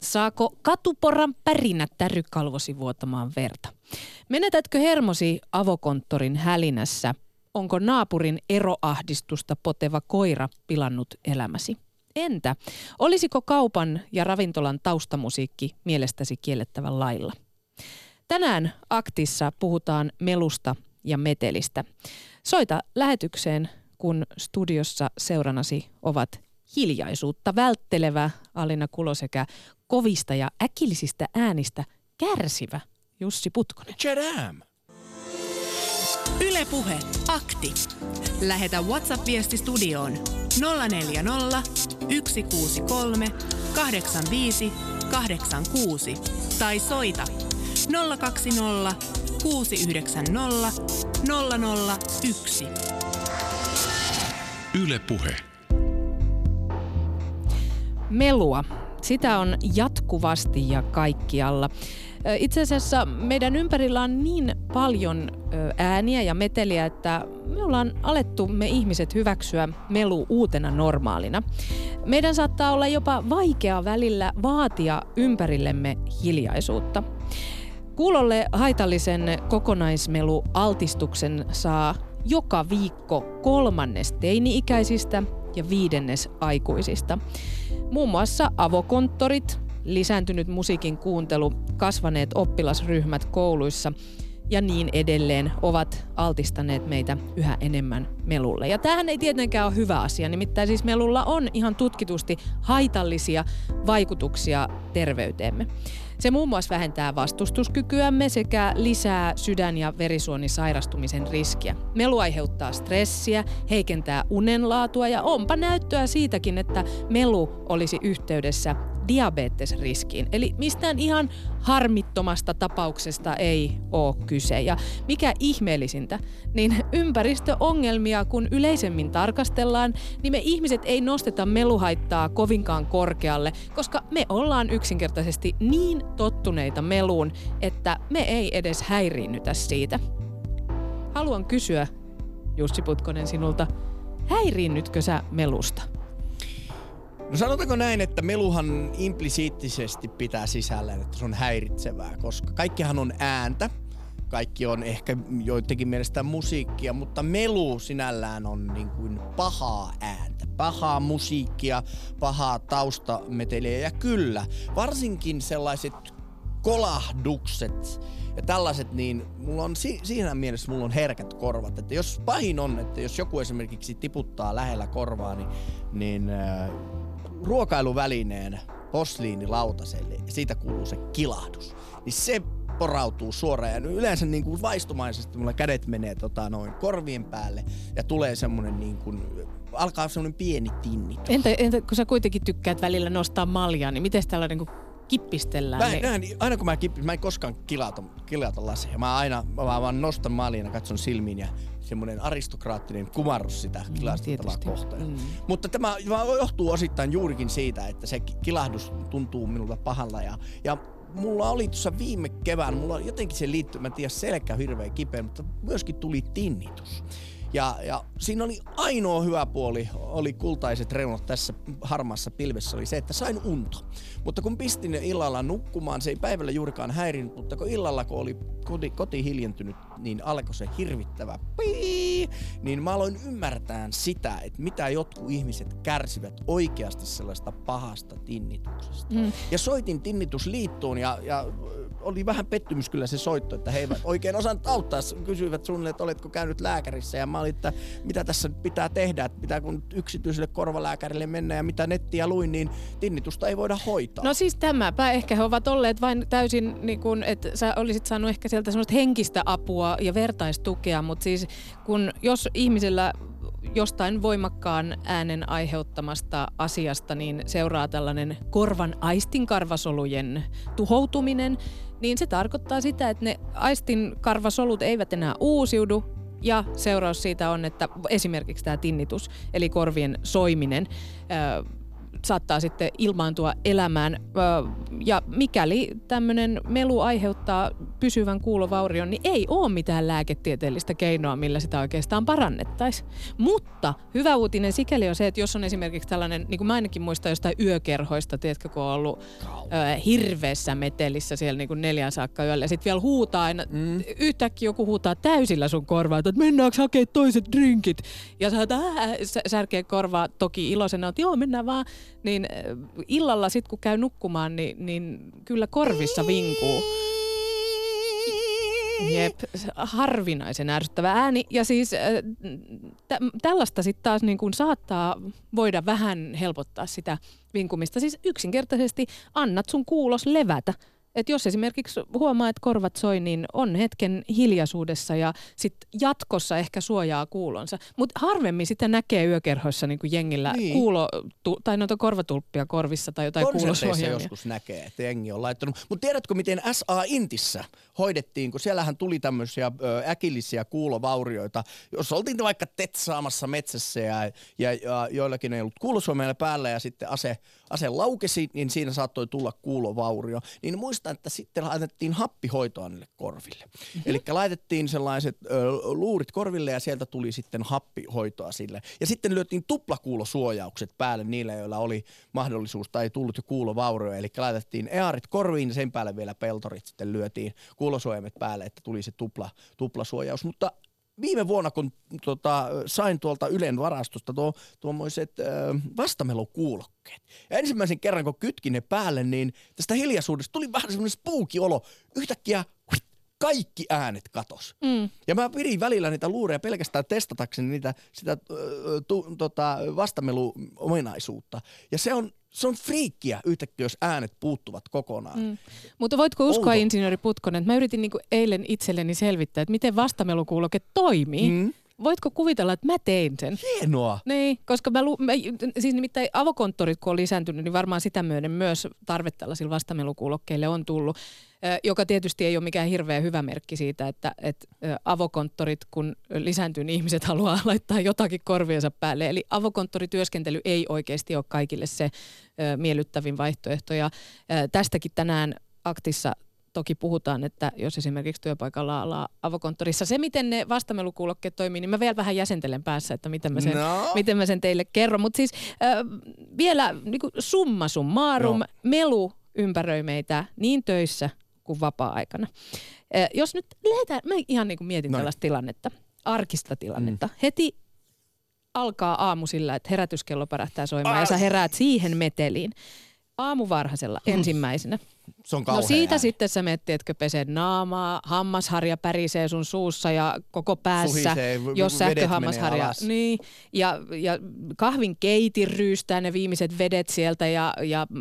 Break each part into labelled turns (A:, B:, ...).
A: Saako katuporan pärinä tärykalvosi vuotamaan verta? Menetätkö hermosi avokonttorin hälinässä? Onko naapurin eroahdistusta poteva koira pilannut elämäsi? Entä olisiko kaupan ja ravintolan taustamusiikki mielestäsi kiellettävän lailla? Tänään Aktissa puhutaan melusta ja metelistä. Soita lähetykseen, kun studiossa seuranasi ovat hiljaisuutta välttelevä Alina Kulo sekä kovista ja äkillisistä äänistä kärsivä Jussi Putkonen.
B: Tchadam!
C: Yle Puhe. Akti. Lähetä WhatsApp-viesti studioon 040 163 85 86 tai soita 020 690 001.
B: Yle Puhe.
A: Melua. Sitä on jatkuvasti ja kaikkialla. Itse asiassa meidän ympärillä on niin paljon ääniä ja meteliä, että me ollaan alettu me ihmiset hyväksyä melu uutena normaalina. Meidän saattaa olla jopa vaikea välillä vaatia ympärillemme hiljaisuutta. Kuulolle haitallisen kokonaismelualtistuksen saa joka viikko 3 teini-ikäisistä ja 5 aikuisista. Muun muassa avokonttorit, lisääntynyt musiikin kuuntelu, kasvaneet oppilasryhmät kouluissa ja niin edelleen ovat altistaneet meitä yhä enemmän melulle. Ja tämähän ei tietenkään ole hyvä asia, nimittäin siis melulla on ihan tutkitusti haitallisia vaikutuksia terveyteemme. Se muun muassa vähentää vastustuskykyämme sekä lisää sydän- ja verisuonisairastumisen riskiä. Melu aiheuttaa stressiä, heikentää unenlaatua ja onpa näyttöä siitäkin, että melu olisi yhteydessä diabetesriskiin. Eli mistään ihan harmittomasta tapauksesta ei ole kyse. Ja mikä ihmeellisintä, niin ympäristöongelmia kun yleisemmin tarkastellaan, niin me ihmiset ei nosteta meluhaittaa kovinkaan korkealle, koska me ollaan yksinkertaisesti niin tottuneita meluun, että me ei edes häiriinnytä siitä. Haluan kysyä, Jussi Putkonen, sinulta, häiriinnytkö sä melusta?
B: No sanotaanko näin, että meluhan implisiittisesti pitää sisällään, että se on häiritsevää, koska kaikkihan on ääntä, kaikki on ehkä joidenkin mielestä musiikkia, mutta melu sinällään on niin kuin pahaa ääntä, pahaa musiikkia, pahaa taustameteliä ja kyllä, varsinkin sellaiset kolahdukset ja tällaiset, niin mulla on siinä mielessä mulla on herkät korvat, että jos pahin on, että jos joku esimerkiksi tiputtaa lähellä korvaa, niin ruokailuvälineen posliinilautaselle ja siitä kuuluu se kilahdus, niin se porautuu suoraan ja yleensä niin kuin vaistomaisesti mulla kädet menee korvien päälle ja tulee semmonen niin kuin, alkaa semmonen pieni tinnitus.
A: Entä kun sä kuitenkin tykkäät välillä nostaa maljaa, niin miten täällä niin kuin kippistellään?
B: Aina kun mä en koskaan kilata laseja. Mä vaan nostan maljaa ja katson silmiin ja semmoinen aristokraattinen kumarrus sitä kilastettavaa kohtaan. Mutta tämä johtuu osittain juurikin siitä, että se kilahdus tuntuu minulta pahalla ja mulla oli tuossa viime kevään, mulla jotenkin se liittyy, mä en tiedä, selkä hirveän kipeä, mutta myöskin tuli tinnitus. Ja siinä oli ainoa hyvä puoli, oli kultaiset reunat tässä harmaassa pilvessä, oli se, että sain unta. Mutta kun pistin illalla nukkumaan, se ei päivällä juurikaan häirinyt, mutta kun illalla, kun oli koti hiljentynyt, niin alkoi se hirvittävä pii, niin mä aloin ymmärtää sitä, että mitä jotkut ihmiset kärsivät oikeasti sellaista pahasta tinnituksesta. Ja soitin tinnitusliittoon ja oli vähän pettymys kyllä se soitto, että he eivät oikein osannut auttaa. Kysyivät suunnilleen, että oletko käynyt lääkärissä ja mä olin, että mitä tässä pitää tehdä, että pitää kun yksityiselle korvalääkärille mennä ja mitä nettiä luin, niin tinnitusta ei voida hoitaa.
A: No siis tämäpä ehkä he ovat olleet vain täysin, niin kuin, että sä olisit saanut ehkä sieltä semmoista henkistä apua ja vertaistukea, mutta siis jos ihmisellä jostain voimakkaan äänen aiheuttamasta asiasta niin seuraa tällainen korvan aistinkarvasolujen tuhoutuminen, niin se tarkoittaa sitä, että ne aistinkarvasolut eivät enää uusiudu ja seuraus siitä on, että esimerkiksi tämä tinnitus eli korvien soiminen saattaa sitten ilmaantua elämään Ja mikäli tämmöinen melu aiheuttaa pysyvän kuulovaurion, niin ei ole mitään lääketieteellistä keinoa, millä sitä oikeastaan parannettaisiin. Mutta hyvä uutinen sikäli on se, että jos on esimerkiksi tällainen, niin kuin mä ainakin muistan jostain yökerhoista, tiedätkö, kun on ollut hirveässä metelissä siellä niin kuin 4 saakka yöllä, ja sitten vielä huutaa aina, yhtäkkiä joku huutaa täysillä sun korvaa, että mennäänkö hakemaan toiset drinkit? Ja sä särkee korvaa toki iloisena, että joo, mennään vaan. Niin illalla sit kun käy nukkumaan, niin kyllä korvissa vinkuu. Jep, harvinaisen ärsyttävä ääni. Ja siis tällaista sitten taas niin kuin saattaa voida vähän helpottaa sitä vinkumista. Siis yksinkertaisesti annat sun kuulos levätä. Että jos esimerkiksi huomaa, että korvat soi, niin on hetken hiljaisuudessa ja sitten jatkossa ehkä suojaa kuulonsa. Mutta harvemmin sitä näkee yökerhoissa niin kuin jengillä tai noita korvatulppia korvissa tai jotain kuulosuojaimia.
B: Joskus näkee, että jengi on laittanut. Mutta tiedätkö, miten SA-Intissä hoidettiin, kun siellähän tuli tämmöisiä äkillisiä kuulovaurioita. Jos oltiin vaikka tetsaamassa metsässä ja joillakin ei ollut kuulosuojaimia päällä ja sitten ase laukesi, niin siinä saattoi tulla kuulovaurio. Niin muistan, että sitten laitettiin happihoitoa niille korville. Eli laitettiin sellaiset luurit korville ja sieltä tuli sitten happihoitoa sille. Ja sitten lyötiin tuplakuulosuojaukset päälle niille, joilla oli mahdollisuus tai tullut jo kuulovaurio. Eli laitettiin earit korviin ja sen päälle vielä peltorit sitten lyötiin kuulosuojaimet päälle, että tuli se tuplasuojaus. Mutta viime vuonna, kun sain tuolta Ylen varastosta tuommoiset vastamelukuulokkeet. Ja ensimmäisen kerran, kun kytkin ne päälle, niin tästä hiljaisuudesta tuli vähän semmoinen spooky-olo. Yhtäkkiä kaikki äänet katos. Ja mä pidin välillä niitä luureja pelkästään testatakseni sitä vastameluominaisuutta. Ja se on friikkiä yhtäkkiä, jos äänet puuttuvat kokonaan.
A: Mutta voitko uskoa, insinööri Putkonen, että mä yritin niinku eilen itselleni selvittää, että miten vastamelukuuloke toimii. Voitko kuvitella, että mä tein sen?
B: Hienoa.
A: Niin, koska siis nimittäin avokonttorit, kun on lisääntynyt, niin varmaan sitä myöden myös tarve tällaisilla vastamelukuulokkeille on tullut. Joka tietysti ei ole mikään hirveän hyvä merkki siitä, että avokonttorit, kun lisääntyy, niin ihmiset haluaa laittaa jotakin korviensa päälle. Eli avokonttorityöskentely ei oikeasti ole kaikille se miellyttävin vaihtoehto. Ja tästäkin tänään Aktissa toki puhutaan, että jos esimerkiksi työpaikalla ollaan avokonttorissa, se miten ne vastamelukuulokkeet toimii, niin mä vielä vähän jäsentelen päässä, että miten mä sen teille kerron. Mutta siis vielä niin kuin summa summarum, melu ympäröi meitä niin töissä kuin vapaa-aikana. Jos nyt lähdetään, mä ihan niin kuin mietin tällaista tilannetta, arkista tilannetta. Heti alkaa aamu sillä, että herätyskello pärähtää soimaan ja sä heräät siihen meteliin. Aamuvarhaisella ensimmäisenä.
B: Se on kauhea.
A: No siitä sitten sä menet, että peset naamaa, hammasharja pärisee sun suussa ja koko päässä,
B: suhisee,
A: jos sähköhammasharja. Niin, ja kahvin keitin ryystää ne viimeiset vedet sieltä ja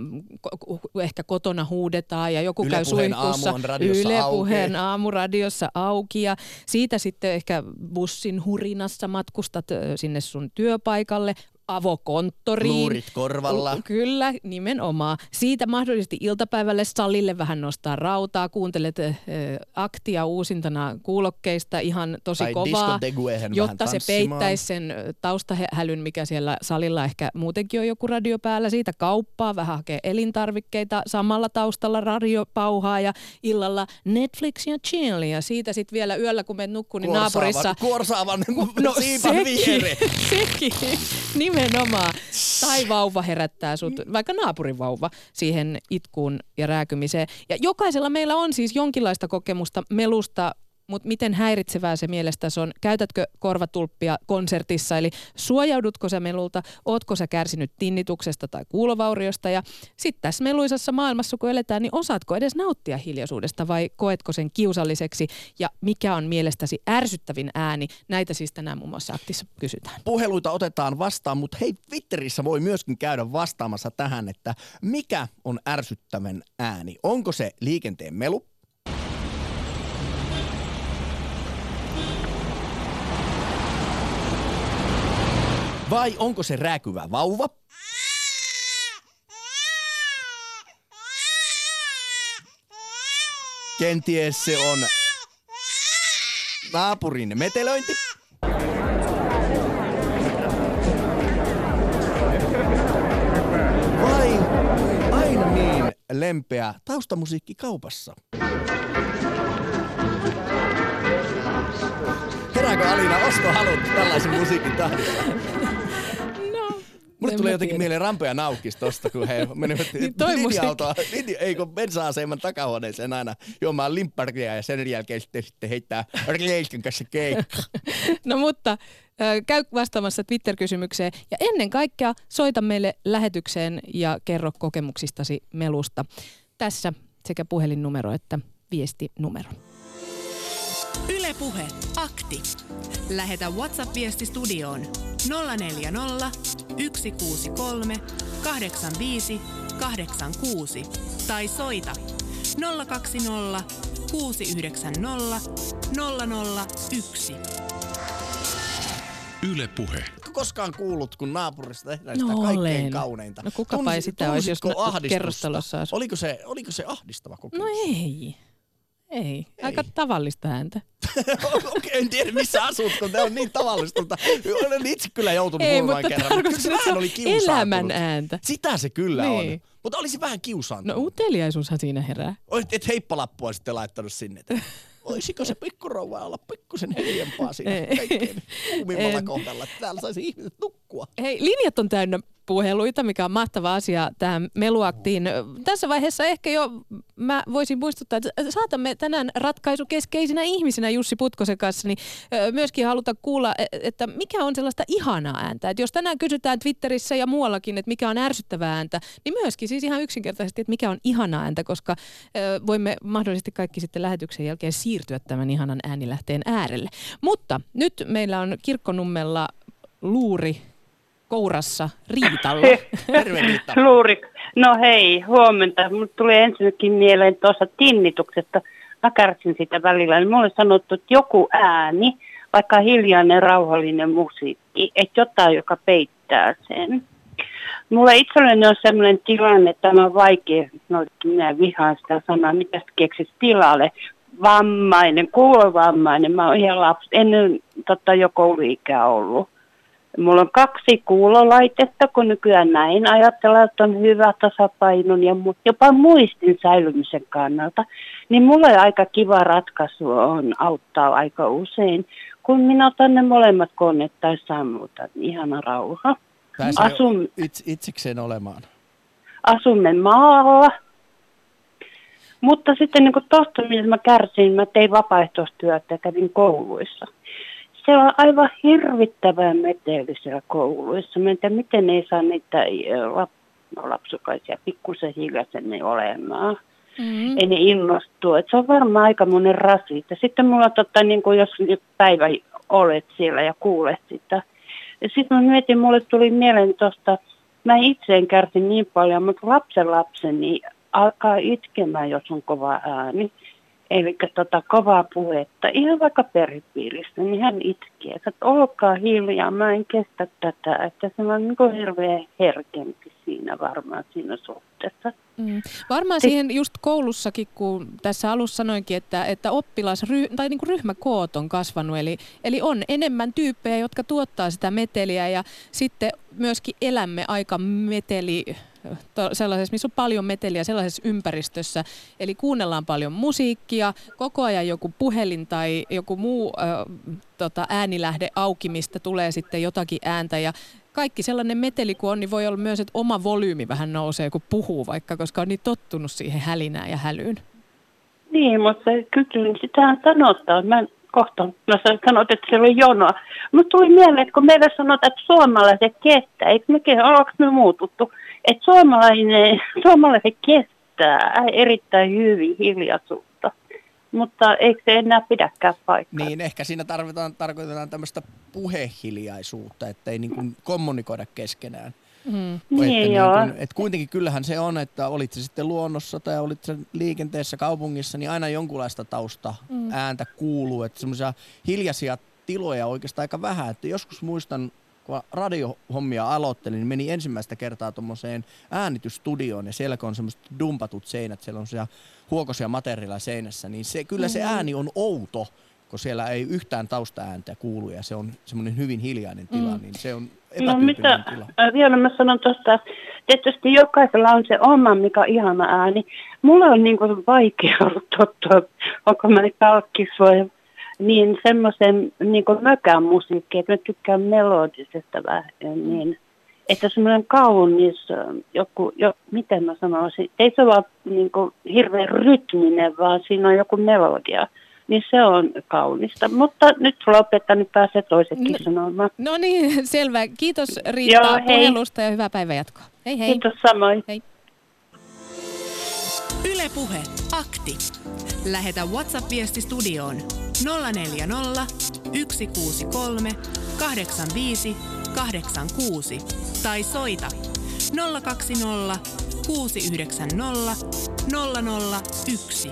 A: ehkä kotona huudetaan ja joku käy suihkussa. Yle-puheen aamuradiossa auki ja siitä sitten ehkä bussin hurinassa matkustat sinne sun työpaikalle. Avokonttoriin.
B: Luurit korvalla.
A: Kyllä, nimenomaan. Siitä mahdollisesti iltapäivälle salille vähän nostaa rautaa. Kuuntelet Aktia uusintana kuulokkeista ihan tosi tai kovaa, jotta se peittäisi sen taustahälyn, mikä siellä salilla ehkä muutenkin on joku radio päällä. Siitä kauppaa, vähän hakee elintarvikkeita, samalla taustalla radio pauhaa ja illalla Netflix ja chill. Ja siitä sitten vielä yöllä, kun menet nukkuun, niin naapurissa...
B: Kuorsaavan siipan viereen.
A: Sekin. Nimenomaan. Tai vauva herättää sut, vaikka naapurin vauva, siihen itkuun ja rääkymiseen. Ja jokaisella meillä on siis jonkinlaista kokemusta melusta, mutta miten häiritsevää se mielestäsi on? Käytätkö korvatulppia konsertissa, eli suojaudutko sä melulta? Ootko sä kärsinyt tinnituksesta tai kuulovauriosta? Ja sitten tässä meluisassa maailmassa, kun eletään, niin osaatko edes nauttia hiljaisuudesta vai koetko sen kiusalliseksi? Ja mikä on mielestäsi ärsyttävin ääni? Näitä siis tänään muun muassa Aktissa kysytään.
B: Puheluita otetaan vastaan, mutta hei, Twitterissä voi myöskin käydä vastaamassa tähän, että mikä on ärsyttävän ääni? Onko se liikenteen melu? Vai onko se rääkyvä vauva? Kenties se on naapurin metelöinti? Vai aina niin lempeä taustamusiikki kaupassa. Herääkö Alina ostohalut tällaisen musiikin tahdissa? Mulle tulee jotenkin mieleen Rampe ja Naukkis tosta, kun he menivät linja-autoa, kun bensa-aseman takahuoneeseen aina juomaan limpparkia ja sen jälkeen sitten heittää reiskin kanssa keikka.
A: No mutta käy vastaamassa Twitter-kysymykseen ja ennen kaikkea soita meille lähetykseen ja kerro kokemuksistasi melusta. Tässä sekä puhelinnumero että viestinumero.
C: Yle Puhe, akti. Lähetä WhatsApp-viesti studioon 040 163 85 86 tai soita 020 690 001.
D: Yle Puhe.
B: Oletko koskaan kuullut, kun naapurista tehdään sitä kaikkein kauneinta?
A: No kukapa ei sitä olisi, jos kerrostalossa asuu.
B: Oliko se ahdistava kokemus?
A: No ei. Aika tavallista ääntä.
B: Okei, en tiedä missä asut, kun tämä on niin tavallista, mutta olen itse kyllä joutunut kuulemaan kerran. Mutta kyllä se oli
A: elämän ääntä.
B: Sitä se kyllä on. Mutta olisi vähän kiusaantunut.
A: No uteliaisuushan siinä herää.
B: Et heippalappua sitten laittanut sinne. Voisiko se pikkurouva olla pikkusen hiljempaa siinä kaikkein kuumimmalla kohdalla, että täällä saisi ihmiset nukkua.
A: Hei, linjat on täynnä puheluita, mikä on mahtava asia tähän meluaktiin. Tässä vaiheessa ehkä jo mä voisin muistuttaa, että saatamme tänään ratkaisukeskeisinä ihmisinä Jussi Putkosen kanssa niin myöskin haluta kuulla, että mikä on sellaista ihanaa ääntä. Että jos tänään kysytään Twitterissä ja muuallakin, että mikä on ärsyttävää ääntä, niin myöskin siis ihan yksinkertaisesti, että mikä on ihanaa ääntä, koska voimme mahdollisesti kaikki sitten lähetyksen jälkeen siirtyä tämän ihanan äänilähteen äärelle. Mutta nyt meillä on Kirkkonummella luuri kourassa Riitalla.
B: Terve Riitta.
E: Luuri. No hei, huomenta. Mulle tuli ensinnäkin mieleen tuossa tinnituksesta. Mä kärsin sitä välillä. Niin mulle sanottu, että joku ääni, vaikka hiljainen, rauhallinen musiikki, että jotain, joka peittää sen. Mulle itselleni on sellainen tilanne, että tämä on vaikea, no minä vihaan sitä sanaa, mitä sä keksit tilalle. Vammainen, kuulovammainen. Mä oon ihan lapsi, ennen jo kouluikää ollut. Mulla on 2 kuulolaitetta, kun nykyään näin ajatellaan, että on hyvä tasapainon ja jopa muistin säilymisen kannalta. Niin mulla aika kiva ratkaisu on auttaa aika usein, kun minä otan ne molemmat koneet tai sammutan. Ihana rauha.
B: Itsekseen olemaan.
E: Asumme maalla. Mutta sitten niin tuosta, millä mä kärsin, mä tein vapaaehtoistyötä ja kävin kouluissa. Se on aivan hirvittävän metellisiä kouluissa. Mä en tiedä, miten ei saa niitä lapsukaisia pikkusen hiljaisen olemaan. Mm-hmm. Ei ne innostua. Et se on varmaan aika monen rasite. Sitten mulla niin jos päivä olet siellä ja kuulet sitä. Ja sitten mä mietin, mulle tuli mieleen tuosta, mä itse en kärsi niin paljon, mutta lapseni alkaa itkemään, jos on kova ääni. Eli kovaa puhetta, ihan vaikka peripiiristä, niin hän itkee. Että olkaa hiljaa, mä en kestä tätä. Että se on niin hirveän herkempi siinä varmaan siinä suhteessa.
A: Varmaan siihen just koulussakin, kun tässä alussa sanoinkin, että tai niin kuin ryhmäkoot on kasvanut. Eli on enemmän tyyppejä, jotka tuottaa sitä meteliä ja sitten myöskin elämme aika sellaisessa, missä on paljon meteliä sellaisessa ympäristössä. Eli kuunnellaan paljon musiikkia, koko ajan joku puhelin tai joku muu äänilähde auki, mistä tulee sitten jotakin ääntä. Ja kaikki sellainen meteli kuin on, niin voi olla myös, että oma volyymi vähän nousee, kun puhuu vaikka, koska on niin tottunut siihen hälinään ja hälyyn. Niin,
E: mutta kyllä sitähän sanotaan. Sanot, että siellä on jonoa. Mutta tuli mieleen, että kun meillä sanotaan, että suomalaiset kestää, ollaanko me muututtu? Että suomalaiset kestää erittäin hyvin hiljaisuutta, mutta eikö se enää pidäkään paikkaa?
B: Niin, ehkä siinä tarkoitetaan tämmöistä puhehiljaisuutta, että ei niin kuin kommunikoida keskenään.
E: Niin joo.
B: Että kuitenkin kyllähän se on, että olit se sitten luonnossa tai olit se liikenteessä kaupungissa, niin aina jonkunlaista tausta ääntä kuuluu. Että semmoisia hiljaisia tiloja oikeastaan aika vähän. Että joskus muistan, kun radiohommia aloittelin, niin meni ensimmäistä kertaa tuommoiseen äänitysstudioon ja siellä kun on semmoiset dumpatut seinät, siellä on semmoisia huokoisia materiaaleja seinässä, niin kyllä se ääni on outo, kun siellä ei yhtään taustaääntä kuulu ja se on semmoinen hyvin hiljainen tila, niin se on epätyypillinen tila.
E: Vielä mä sanon tuosta, tietysti jokaisella on se oma, mikä on ihana ääni. Mulla on niin kuin vaikea ollut tottua, onko mä nyt kalkkisua, niin semmoisen niin kuin mökän musiikki, että mä tykkään melodisesta vähän, niin että semmoinen kaunis, miten mä sanoisin, ei se vaan niin kuin hirveän rytminen, vaan siinä on joku melodia. Niin se on kaunista. Mutta nyt lopetan, niin pääsee toisetkin sanomaan.
A: No niin, selvä. Kiitos Riitta puhelusta ja hyvää päivänjatkoa. Hei hei.
E: Kiitos samoin.
A: Hei.
C: Yle Puhe. Akti. Lähetä WhatsApp-viesti studioon 040 163 85 86 tai soita 020 690 001.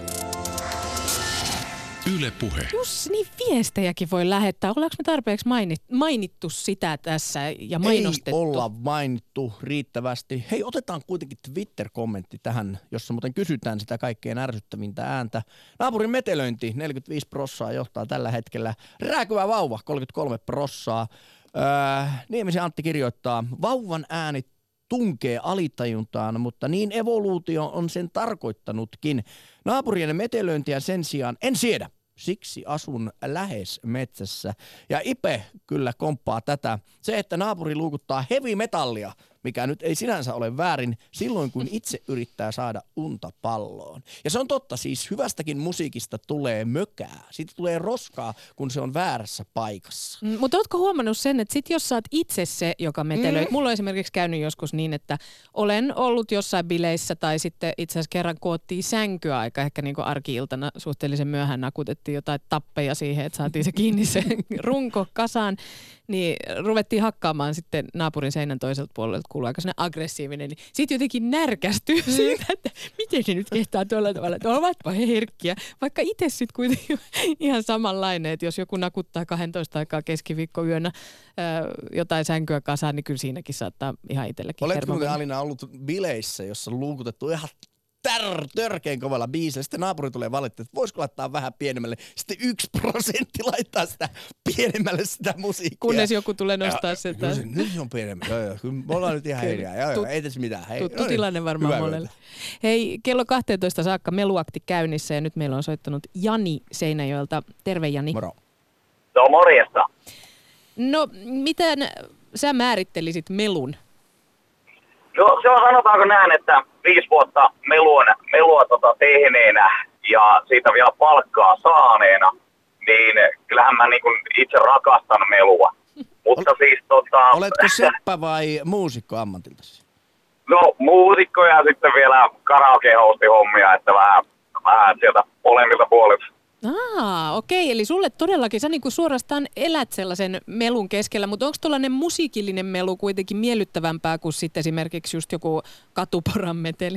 D: Yle Puhe.
A: Niin viestejäkin voi lähettää. Ollaanko me tarpeeksi mainittu sitä tässä ja mainostettu?
B: Ei olla mainittu riittävästi. Hei, otetaan kuitenkin Twitter-kommentti tähän, jossa muuten kysytään sitä kaikkein ärsyttävintä ääntä. Naapurin metelöinti 45% johtaa tällä hetkellä. Rääkyvä vauva 33%. Niemisen Antti kirjoittaa, vauvan ääni tunkee alitajuntaan, mutta niin evoluutio on sen tarkoittanutkin. Naapurien metelöintiä sen sijaan en siedä. Siksi asun lähes metsässä. Ja Ipe kyllä komppaa tätä. Se, että naapuri luukuttaa heavy metallia, mikä nyt ei sinänsä ole väärin, silloin kun itse yrittää saada unta palloon. Ja se on totta, siis hyvästäkin musiikista tulee mökää. Siitä tulee roskaa, kun se on väärässä paikassa.
A: Mutta ootko huomannut sen, että sit jos sä oot itse se, joka metelöit, mulla on esimerkiksi käynyt joskus niin, että olen ollut jossain bileissä tai sitten itse asiassa kerran koottiin sänkyä ehkä niin kuin arki-iltana suhteellisen myöhään nakutettiin jotain tappeja siihen, että saatiin se kiinni se runko kasaan, niin ruvettiin hakkaamaan sitten naapurin seinän toiselta puolelta, kuuluu aika sellainen aggressiivinen, niin sitten jotenkin närkästyy siitä, että miten se nyt kehtaa tuolla tavalla, että ovatpa he herkkiä. Vaikka itse sitten kuitenkin ihan samanlainen, että jos joku nakuttaa 12 aikaa keskiviikkoyönä jotain sänkyä kasaan, niin kyllä siinäkin saattaa ihan itsellekin
B: Oletko muuten Alina ollut bileissä, jossa on luukutettu ihan törkeän kovalla biisillä. Sitten naapuri tulee valittaa, että voisiko laittaa vähän pienemmälle. Sitten 1% laittaa sitä pienemmälle sitä musiikkia.
A: Kunnes joku tulee nostaa sitä.
B: Nyt se on pienemmälle. Joo, me ollaan nyt ihan hiljaa. Ei tässä mitään. Hei,
A: tuttu tilanne varmaan monelle. Hei, kello 12 saakka meluakti käynnissä ja nyt meillä on soittanut Jani Seinäjoelta. Terve Jani.
B: Moro.
F: Se on morjesta.
A: No, miten sä määrittelisit melun?
F: No se on, sanotaanko näin, että 5 vuotta melua tehneenä ja siitä vielä palkkaa saaneena, niin kyllähän mä niin kuin itse rakastan melua. Mutta siis
B: Oletko seppä vai muusikko ammatiltasi?
F: No muusikko ja sitten vielä karaoke-hosti-hommia, että vähän sieltä molemmilta puolilta.
A: Okei, eli sulle todellakin, sä niinku suorastaan elät sellaisen melun keskellä, mutta onko tuollainen musiikillinen melu kuitenkin miellyttävämpää kuin sitten esimerkiksi just joku katuporan meteli?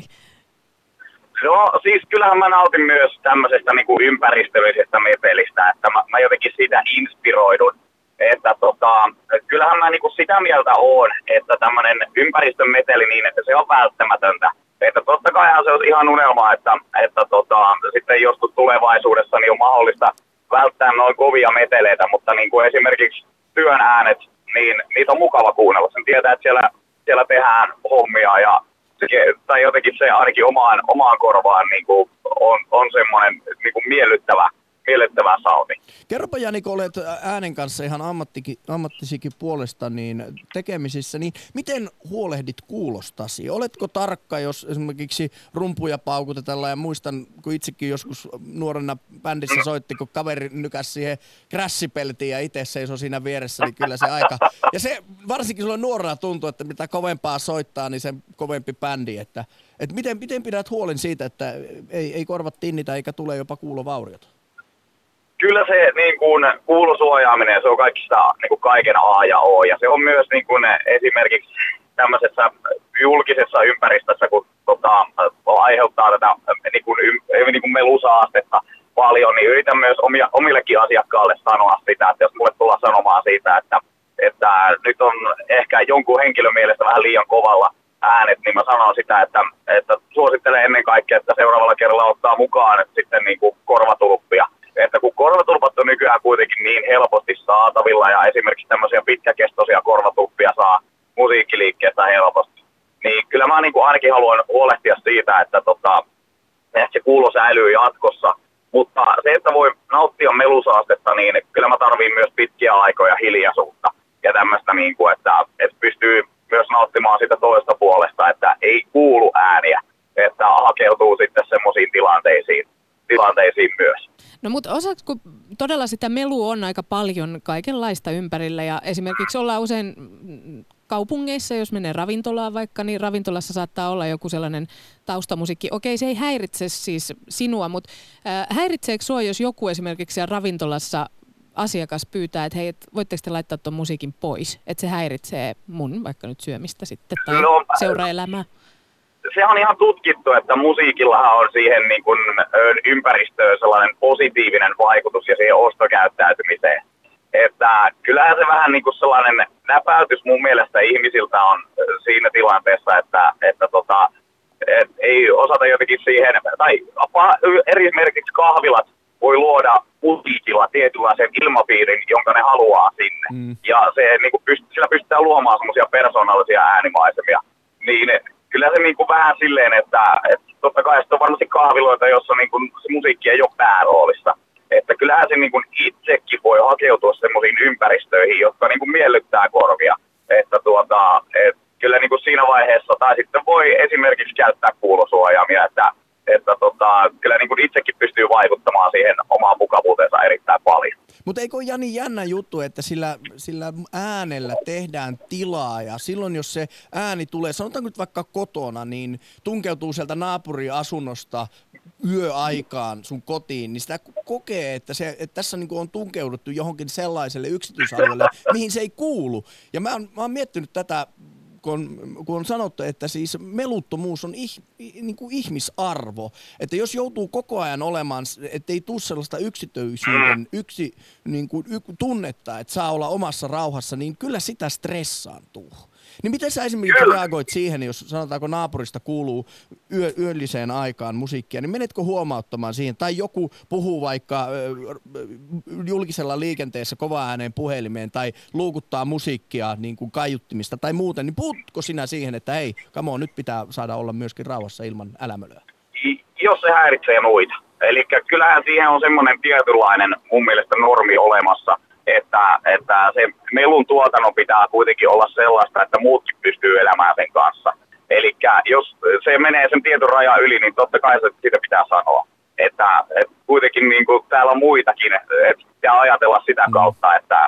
F: No siis kyllähän mä nautin myös tämmöisestä niinku ympäristöllisestä metelistä, että mä jotenkin siitä inspiroidun. Että kyllähän mä niinku sitä mieltä oon, että tämmöinen ympäristön meteli niin, että se on välttämätöntä. Että totta kai se olisi ihan unelma, että sitten joskus tulevaisuudessa niin on mahdollista välttää noin kovia meteleitä, mutta niin kuin esimerkiksi työn äänet, niin niitä on mukava kuunnella. Sen tietää, että siellä tehdään hommia tai jotenkin se ainakin omaan korvaan niin kuin on semmoinen niin kuin miellyttävä sauti.
B: Kerropa Jani, kun olet äänen kanssa ihan ammattisikin puolesta niin tekemisissä, niin miten huolehdit kuulostasi? Oletko tarkka, jos esimerkiksi rumpuja paukutetellaan ja muistan, kun itsekin joskus nuorena bändissä soitti, kun kaveri nykäsi siihen krässipeltiin ja itse seisoi siinä vieressä, niin kyllä se aika. Ja se varsinkin sulle nuorena tuntuu, että mitä kovempaa soittaa, niin sen kovempi bändi. Että miten pidät huolen siitä, että ei korvat tinnitä eikä tule jopa kuulovauriota?
F: Kyllä se niin kuin kuulosuojaaminen, se on kaikista niin kuin kaiken A ja O. Ja se on myös niin kuin esimerkiksi tämmöisessä julkisessa ympäristössä, kun aiheuttaa tätä niin kuin melusaastetta paljon, niin yritän myös omillekin asiakkaalle sanoa sitä, että jos mulle tullaan sanomaan siitä, että nyt on ehkä jonkun henkilön mielestä vähän liian kovalla äänet, niin mä sanon sitä, että suosittelen ennen kaikkea, että seuraavalla kerralla ottaa mukaan sitten niin kuin korvatulppia. Että kun korvatulpat on nykyään kuitenkin niin helposti saatavilla ja esimerkiksi tämmöisiä pitkäkestoisia korvatuppia saa musiikkiliikkeestä helposti. Niin kyllä mä niin kuin ainakin haluan huolehtia siitä, että se kuulo säilyy jatkossa. Mutta se, että voi nauttia melusaastetta, niin kyllä mä tarviin myös pitkiä aikoja hiljaisuutta ja tämmöistä, niin kuin, että pystyy myös nauttimaan sitä toista puolesta, että ei kuulu ääniä, että hakeutuu sitten semmoisiin tilanteisiin myös.
A: No mutta osaatko, todella sitä melua on aika paljon kaikenlaista ympärillä ja esimerkiksi ollaan usein kaupungeissa, jos menee ravintolaan vaikka, niin ravintolassa saattaa olla joku sellainen taustamusiikki. Okei, se ei häiritse siis sinua, mutta häiritseekö sinua, jos joku esimerkiksi siellä ravintolassa asiakas pyytää, että hei, voitteko te laittaa tuon musiikin pois, että se häiritsee mun vaikka nyt syömistä sitten tai seuraelämää?
F: Se on ihan tutkittu, että musiikillahan on siihen niin kuin ympäristöön sellainen positiivinen vaikutus ja siihen ostokäyttäytymiseen. Että kyllähän se vähän niin kuin sellainen näpäytys mun mielestä ihmisiltä on siinä tilanteessa, että ei osata jotenkin siihen, tai esimerkiksi kahvilat voi luoda musiikilla tietynlaisen ilmapiirin, jonka ne haluaa sinne. Ja se, niin kuin sillä pystytään luomaan semmoisia persoonallisia äänimaisemia. Niin kyllä se niin kuin vähän silleen, että totta kai on varmasti kahviloita, jossa niin kuin se musiikki ei ole pääroolissa. Että kyllähän se niin kuin itsekin voi hakeutua semmoisiin ympäristöihin, jotka niin kuin miellyttää korvia. Että kyllä niin kuin siinä vaiheessa, tai sitten voi esimerkiksi käyttää kuulosuojaimia, että kyllä niin kuin itsekin pystyy vaikuttamaan siihen omaan mukavuuteensa erittäin paljon.
B: Mutta eikö ole, Jani, jännä juttu, että sillä äänellä tehdään tilaa ja silloin jos se ääni tulee, sanotaanko nyt vaikka kotona, niin tunkeutuu sieltä naapuriasunnosta yöaikaan sun kotiin, niin sitä kokee, että tässä niinku on tunkeuduttu johonkin sellaiselle yksityisalueelle, mihin se ei kuulu. Ja mä oon miettinyt tätä, kun on sanottu, että siis meluttomuus on niinku ihmisarvo. Että jos joutuu koko ajan olemaan, ettei tule sellaista yksityisyyden tunnetta, että saa olla omassa rauhassa, niin kyllä sitä stressaantuu. Niin miten sä esimerkiksi reagoit siihen, jos sanotaanko naapurista kuuluu yölliseen aikaan musiikkia, niin menetkö huomauttamaan siihen? Tai joku puhuu vaikka julkisella liikenteessä kova ääneen puhelimeen tai luukuttaa musiikkia niin kuin kaiuttimista tai muuten, niin puhutko sinä siihen, että hei, come on, nyt pitää saada olla myöskin rauhassa ilman älämölöä?
F: Jos se häiritsee muita. Eli kyllähän siihen on semmoinen tietynlainen mun mielestä normi olemassa, että se melun tuotannon pitää kuitenkin olla sellaista, että muutkin pystyy elämään sen kanssa. Eli jos se menee sen tietyn rajan yli, niin totta kai sitä pitää sanoa. Että kuitenkin niin kuin täällä on muitakin, että pitää ajatella sitä kautta, että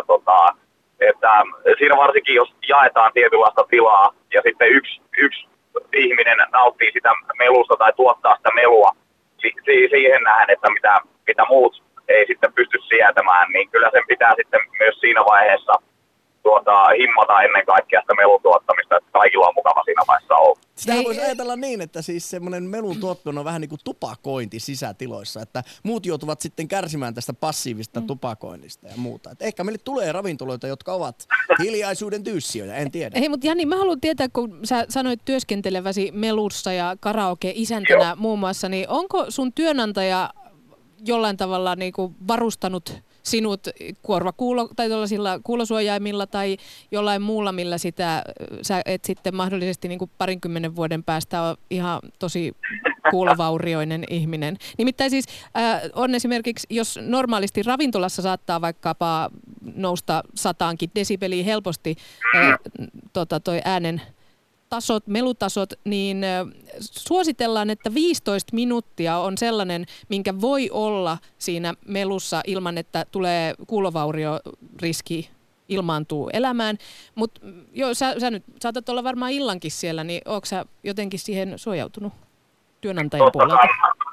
F: siinä varsinkin jos jaetaan tietynlaista tilaa ja sitten yksi ihminen nauttii sitä melusta tai tuottaa sitä melua siihen nähden, että mitä muut ei sitten pysty sietämään, niin kyllä sen pitää sitten myös siinä vaiheessa himmata ennen kaikkea sitä melun tuottamista, että kaikilla on mukava siinä vaiheessa olla.
B: Sitä voisi ajatella niin, että siis semmoinen melun tuottaminen on vähän niin kuin tupakointi sisätiloissa, että muut joutuvat sitten kärsimään tästä passiivista tupakoinnista ja muuta. Et ehkä meille tulee ravintoloita, jotka ovat hiljaisuuden tyyssiöjä, en tiedä.
A: Hei, mutta Jani, mä haluan tietää, kun sä sanoit työskenteleväsi melussa ja karaoke-isäntänä muun muassa, niin onko sun työnantaja jollain tavalla niin kuin varustanut sinut tai tuollaisilla kuulosuojaimilla tai jollain muulla, millä sitä sä et sitten mahdollisesti niin kuin 20 vuoden päästä ole ihan tosi kuulovaurioinen ihminen. Nimittäin siis on esimerkiksi, jos normaalisti ravintolassa saattaa vaikkapa nousta 100 desibeliä helposti toi äänen melutasot, niin suositellaan, että 15 minuuttia on sellainen, minkä voi olla siinä melussa ilman, että tulee kuulovaurioriski ilmaantuu elämään. Mutta sä nyt saatat olla varmaan illankin siellä, niin ootko sä jotenkin siihen suojautunut työnantajan puolelta?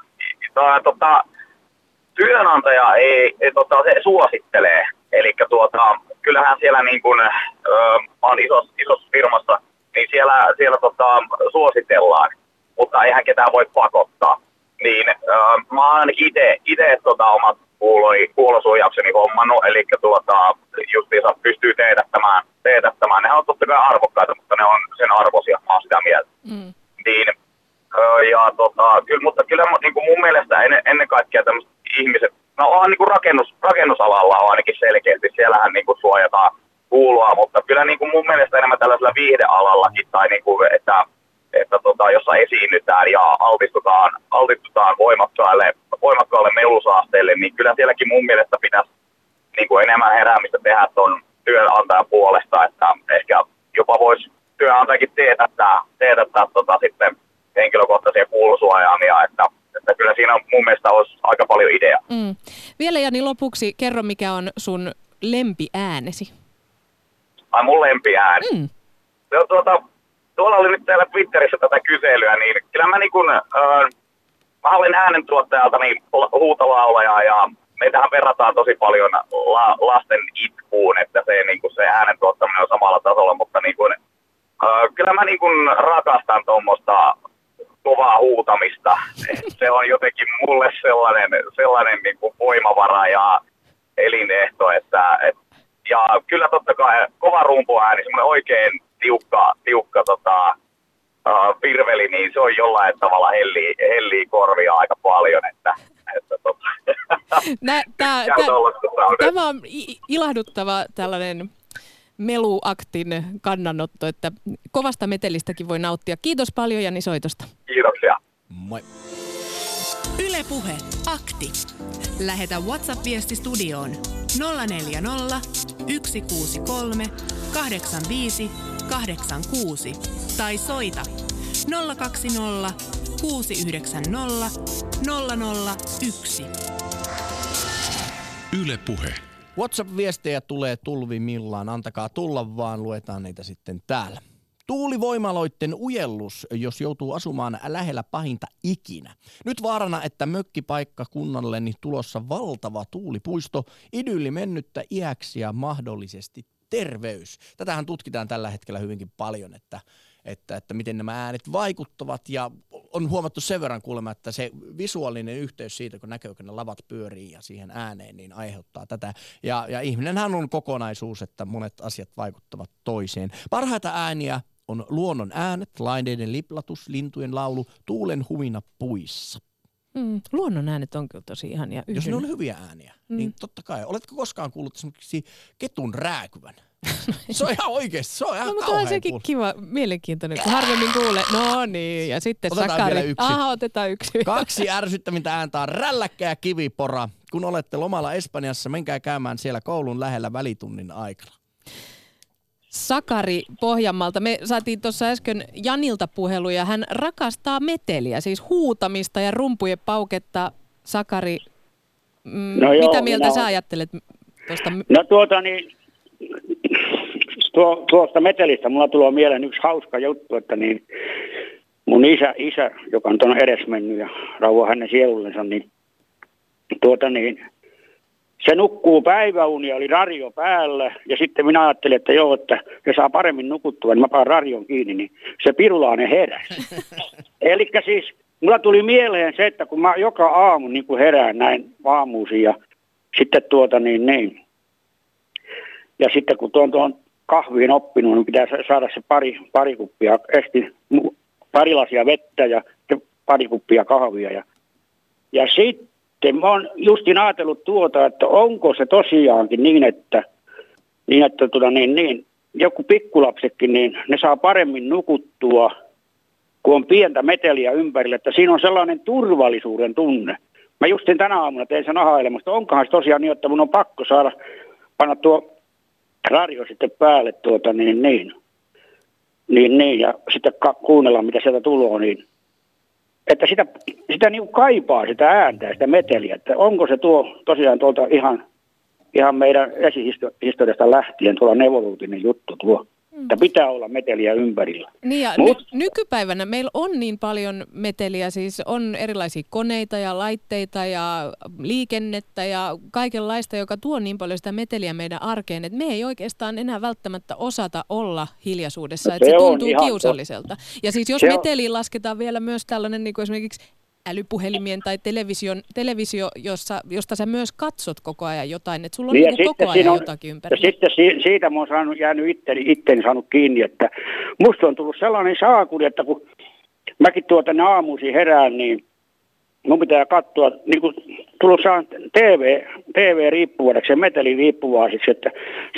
F: Työnantaja se suosittelee. Eli kyllähän siellä niin kun on isossa firmassa, niin siellä suositellaan, mutta eihän ketään voi pakottaa. Niin mä oon ainakin itse omat kuulosuojaukseni hommannut, eli justiinsa pystyy teetättämään. Nehän on totta kai arvokkaita, mutta ne on sen arvoisia, mä oon sitä mieltä. Niin, mutta kyllä niin kuin mun mielestä ennen kaikkea tämmöiset ihmiset no on niin kuin rakennusalalla on ainakin selkeästi, siellähän niin kuin suojataan kuulua, mutta kyllä niin kuin mun mielestä enemmän tällaisella viihdealallakin, tai niin kuin, että jossa esiinnytään ja altistutaan voimakkaalle melusaasteelle, niin kyllä sielläkin mun mielestä pitäisi niin kuin enemmän heräämistä tehdä tuon työnantajan puolesta, että ehkä jopa voisi työnantajakin teetättää sitten henkilökohtaisia kuulusuojaamia, että kyllä siinä mun mielestä olisi aika paljon ideaa.
A: Vielä Jani lopuksi kerro, mikä on sun lempiäänesi?
F: Ai mun lempiääni? Tuolla oli nyt täällä Twitterissä tätä kyselyä, niin kyllä mä niin kun, mä olen äänentuottajalta niin huutolaulaja ja meitähän verrataan tosi paljon lasten itkuun, että se, niin kun se äänentuottaminen on samalla tasolla, mutta niin kun, kyllä mä niin kun rakastan tuommoista kovaa huutamista. Se on jotenkin mulle sellainen niin kuin voimavara ja elinehto, ja kyllä totta kai kova rumpuääni, semmoinen oikein tiukka virveli, niin se on jollain tavalla hellii korvia aika paljon,
A: Tämä on ilahduttava tällainen meluaktin kannanotto, että kovasta metelistäkin voi nauttia. Kiitos paljon Jani soitosta.
F: Kiitoksia.
B: Moi.
C: Yle Puhe, akti. Lähetä WhatsApp-viesti studioon 040 163 85 86 tai soita 020 690 001.
D: Yle Puhe.
B: WhatsApp-viestejä tulee tulvimillaan. Antakaa tulla vaan, luetaan niitä sitten täällä. Tuulivoimaloitten ujellus, jos joutuu asumaan lähellä pahinta ikinä. Nyt vaarana, että mökkipaikkakunnalleni tulossa valtava tuulipuisto, idylli mennyttä iäksi ja mahdollisesti terveys. Tätähän tutkitaan tällä hetkellä hyvinkin paljon, että miten nämä äänet vaikuttavat, ja on huomattu sen verran kuulemma, että se visuaalinen yhteys siitä, kun näkökö ne lavat pyörii ja siihen ääneen, niin aiheuttaa tätä. Ja ihminenhän on kokonaisuus, että monet asiat vaikuttavat toiseen. Parhaita ääniä on luonnon äänet, laineiden liplatus, lintujen laulu, tuulen humina puissa.
A: Luonnon äänet on kyllä tosi ihania.
B: Jos ne on hyviä ääniä, niin totta kai. Oletko koskaan kuullut esimerkiksi ketun rääkyvän? Se on ihan oikeasti, se on ihan
A: mutta
B: kauhean
A: on sekin kiva, mielenkiintoinen, kun harvemmin kuulee. No niin, ja sitten
B: otetaan
A: Sakari.
B: Vielä yksi.
A: Otetaan yksi.
B: 2 ärsyttävintä ääntä on rälläkkä ja kivipora. Kun olette lomalla Espanjassa, menkää käymään siellä koulun lähellä välitunnin aikana.
A: Sakari Pohjanmaalta. Me saatiin tuossa äsken Janilta puhelu ja hän rakastaa meteliä, siis huutamista ja rumpujen pauketta. Sakari, mitä mieltä sä ajattelet tuosta?
G: No tuosta metelistä mulla tulee mieleen yksi hauska juttu, että niin mun isä, joka on tuonne edesmennyt ja rauha hänen sielullensa, niin se nukkuu päiväunia, oli radio päällä, ja sitten minä ajattelin, että joo, että se saa paremmin nukuttua, niin mä panen radion kiinni, niin se pirulainen heräsi. Elikkä siis mulla tuli mieleen se, että kun mä joka aamu niin kun herään näin aamuisin, ja sitten ja sitten kun tuon kahviin oppinut, niin pitää saada se pari kuppia, pari lasia vettä ja pari kuppia kahvia. Ja sitten mä oon justin ajatellut että onko se tosiaankin niin, että joku pikkulapsetkin, niin ne saa paremmin nukuttua, kun on pientä meteliä ympärillä, että siinä on sellainen turvallisuuden tunne. Mä justin tänä aamuna tein sen aha-elämästä, onkohan se tosiaan niin, että mun on pakko panna tuo radio sitten päälle ja sitten kuunnella, mitä sieltä tulee, niin että sitä niin kuin kaipaa sitä ääntä ja sitä meteliä, että onko se tuo tosiaan tuolta ihan meidän esihistoriasta lähtien tuolla nevoluutinen juttu tuo, että pitää olla meteliä ympärillä.
A: Niin ja nykypäivänä meillä on niin paljon meteliä, siis on erilaisia koneita ja laitteita ja liikennettä ja kaikenlaista, joka tuo niin paljon sitä meteliä meidän arkeen, että me ei oikeastaan enää välttämättä osata olla hiljaisuudessa, että se tuntuu kiusalliselta. Ja siis jos meteliin lasketaan vielä myös tällainen niin kuin esimerkiksi älypuhelimien tai televisio, josta sä myös katsot koko ajan jotain, että sulla on niin koko ajan jotakin ympärillä. Ja
G: sitten siitä mä oon jäänyt itteni saanut kiinni, että musta on tullut sellainen saakuri, että kun mäkin aamuisin herään, niin mun pitää katsoa, niin kuin tullut TV-riippuvaiseksi ja meteliriippuvaiseksi, että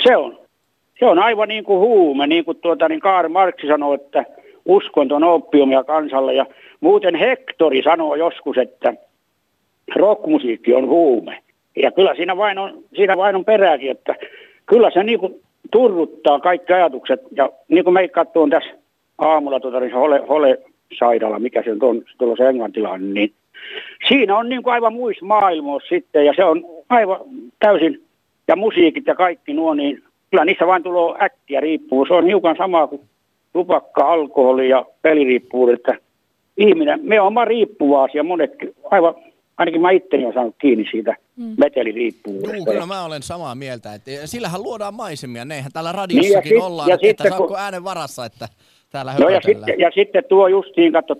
G: se on aivan niin kuin huume, niin kuin Karl Marx sanoi, että uskonto on oppiumia kansalle, ja muuten Hektori sanoo joskus, että rockmusiikki on huume. Ja kyllä siinä vain on perääkin, että kyllä se niin kuin turruttaa kaikki ajatukset, ja niin kuin me katsoin tässä aamulla Hole-sairaala, mikä se on tuolla englantilainen, niin siinä on niin kuin aivan muissa maailmoissa sitten, ja se on aivan täysin, ja musiikit ja kaikki nuo, niin kyllä niissä vain tulee äkkiä riippuu. Se on hiukan sama kuin tupakka, alkoholi ja peliriippuvuus, että ihminen, me olemme riippuvaisia monetkin, aivan, ainakin mä itteni olen saanut kiinni siitä meteliriippuvuudesta. Joo,
B: kyllä mä olen samaa mieltä, että sillähän luodaan maisemia, neihän täällä radiossakin ollaan, että sitten, saatko äänen varassa, että täällä höpötellään.
G: Ja sitten tuo justiin, katso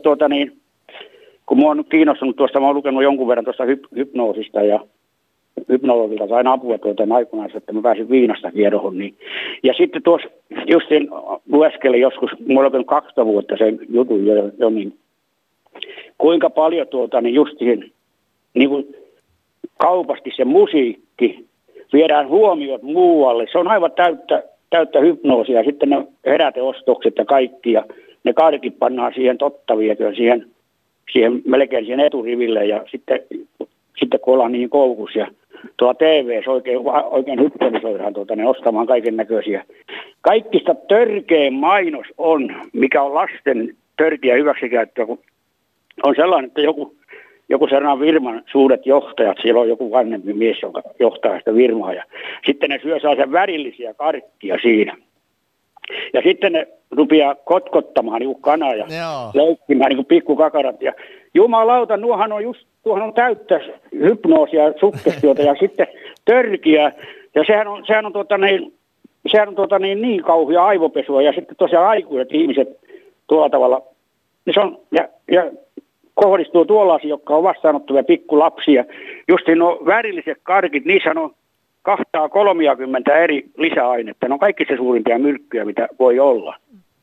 G: kun mä oon kiinnostunut tuosta, mä oon lukenut jonkun verran tuosta hypnoosista ja hypnologilta sain apua aikoinaan, että mä pääsin Viinasta kierrohon. Niin. Ja sitten tuossa justiin lueskelin joskus, mä oon lukenut 2 vuotta sen jutun jo niin kuinka paljon niin justiin niin kuin kaupasti se musiikki viedään huomiot muualle. Se on aivan täyttä hypnoosia ja sitten ne heräteostokset ja kaikki ja ne karkit pannaan siihen tottaviin siihen melkein siihen eturiville ja sitten kun ollaan niin koukussa ja tuolla TV:ssä oikein hypnotisoidaan ne ostamaan kaiken näköisiä. Kaikista törkein mainos on, mikä on lasten törkeä hyväksikäyttöä, kun on sellainen, että joku sellainen firman suuret johtajat, siellä on joku vanhempi mies, joka johtaa sitä firmaa ja sitten ne syö sellaisen värillisiä karkkia siinä. Ja sitten ne rupeaa kotkottamaan niin kuin kanaa ja leikkimään niin kuin pikkukakarat. Ja jumalauta, tuohan on täyttä hypnoosia ja sukkestiota ja sitten törkiä. Ja sehän on niin kauhia aivopesua. Ja sitten tosiaan aikuiset ihmiset tuolla tavalla, niin se on, ja kohdistuu tuollaisiin, jotka on vastaanottavia pikkulapsia. Justiin nuo värilliset karkit, niissä on 230 eri lisäainetta. Ne on kaikki se suurimpia myrkkyjä, mitä voi olla.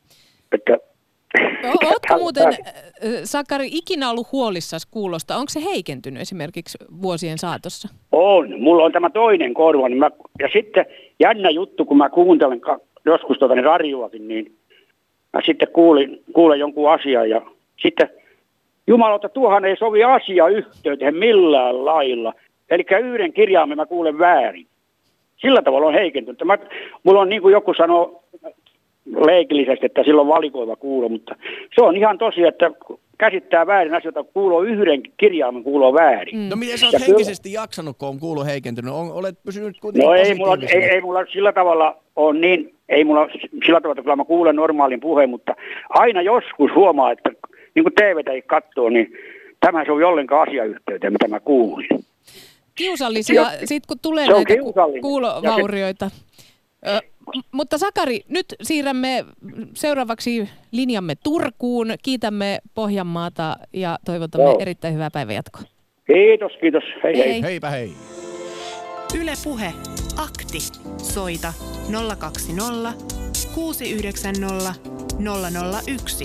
A: Oletko muuten, Sakari, ikinä ollut huolissasi kuulosta? Onko se heikentynyt esimerkiksi vuosien saatossa?
G: On. Mulla on tämä toinen korva. Niin ja sitten jännä juttu, kun mä kuuntelen joskus radioakin, niin mä sitten kuulen jonkun asian. Ja sitten jumalauta, tuohan ei sovi asiayhteyteen millään lailla. Eli yhden kirjaimen mä kuulen väärin. Sillä tavalla on heikentynyt. Mulla on niin kuin joku sanoo leikillisesti, että sillä on valikoiva kuulo, mutta se on ihan tosi, että käsittää väärin asioita, kuuluu yhden kirjaimen kuuluu väärin.
B: No miten sä oot henkisesti jaksanut, kun on kuulo heikentynyt? Olet pysynyt kuitenkin
G: positiivisena? Ei mulla sillä tavalla on niin, ei mulla sillä tavalla, että kyllä mä kuulen normaalin puheen, mutta aina joskus huomaa, että niin kuin TVtä ei katsoo, niin tämä se on ollenkaan asiayhteyteen, mitä mä kuulin.
A: Kiusallisia, sitten kun tulee näitä kuulovaurioita. Mutta Sakari, nyt siirrämme seuraavaksi linjamme Turkuun. Kiitämme Pohjanmaata ja toivotamme erittäin hyvää päivänjatkoa.
G: Kiitos. Hei.
B: Heipä hei.
C: Yle Puhe. Akti. Soita 020 690 001.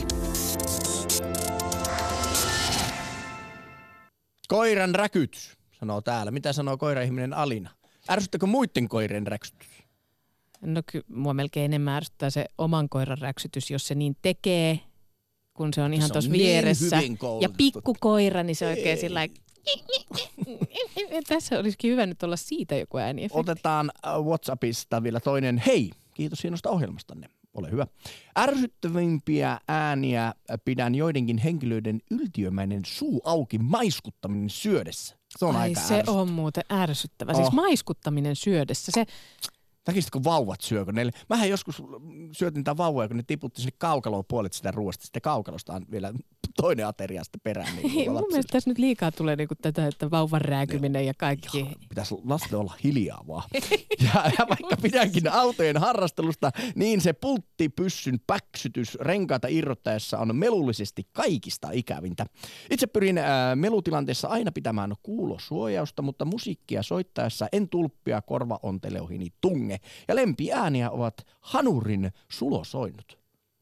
B: Koiran räkytys, sanoo täällä. Mitä sanoo koiraihminen Alina? Ärsyttäkö muiden koirien räksytys?
A: No kyllä mua melkein enemmän ärsyttää se oman koiran räksytys, jos se niin tekee, kun se on ihan tuossa vieressä. Ja pikkukoira, niin se oikein sillä tässä olisikin hyvä nyt olla siitä joku ääniefekti.
B: Otetaan WhatsAppista vielä toinen. Hei, kiitos hienosta ohjelmastanne. Ole hyvä. Ärsyttävimpiä ääniä pidän joidenkin henkilöiden yltiömäinen suu auki maiskuttaminen syödessä. Se on aika
A: se on muuten ärsyttävä. Siis maiskuttaminen syödessä. Se...
B: Väkistä kun vauvat syökö neille. Mähän joskus syötin tämän vauvoja, kun ne tiputti sinne kaukaloon puolet sitä ruoasta. Sitten kaukalosta on vielä toinen ateria sitten perään. Niin
A: mun mielestä tässä nyt liikaa tulee niinku tätä, että vauvan rääkyminen ja kaikki.
B: Joo, pitäisi lasten olla hiljaa vaan. ja vaikka pidänkin autojen harrastelusta, niin se pulttipyssyn päksytys renkaita irrottaessa on melullisesti kaikista ikävintä. Itse pyrin melutilanteessa aina pitämään kuulosuojausta, mutta musiikkia soittaessa en tulppia korvaonteloihini tunge. Ja lempiääniä ovat hanurin sulosoinnut.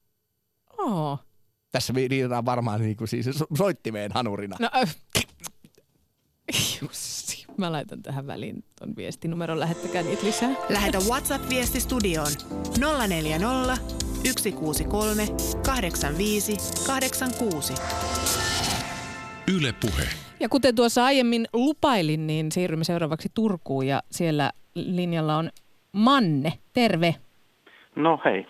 B: Tässä viitataan varmaan niin kuin siis soittimeen hanurina.
A: No, Jussi. Mä laitan tähän väliin ton viestinumeron, lähettäkää niitä lisää.
C: Lähetä WhatsApp-viesti studioon 040 163 85 86.
D: Yle Puhe.
A: Ja kuten tuossa aiemmin lupailin, niin siirrymme seuraavaksi Turkuun ja siellä linjalla on Manne. Terve.
H: No hei.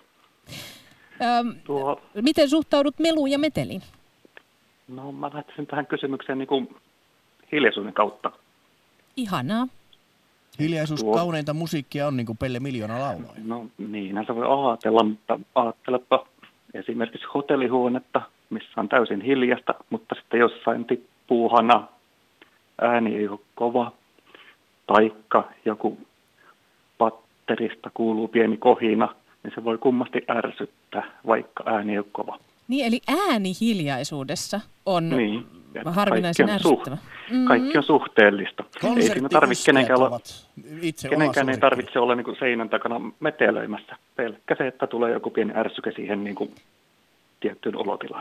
A: Miten suhtaudut meluun ja meteliin?
H: No mä lähtisin tähän kysymykseen niin kuin hiljaisuuden kautta.
A: Ihanaa.
B: Hiljaisuus kauneinta musiikkia on, niin kuin Pelle Miljoona lauloi.
H: No niinhän se voi ajatella, mutta ajattelepa esimerkiksi hotellihuonetta, missä on täysin hiljasta, mutta sitten jossain tippuu hana, ääni ei ole kova, taikka joku patterista kuuluu pieni kohina, niin se voi kummasti ärsyttää, vaikka ääni ei ole kova.
A: Niin, eli ääni hiljaisuudessa on harvinaisen ärsyttävä.
H: Kaikki on suhteellista. Ei siinä tarvitse kenenkään ei tarvitse olla niin kuin seinän takana metelöimässä. Pelkkä se, että tulee joku pieni ärsyke siihen niin kuin tiettyyn olotilaan.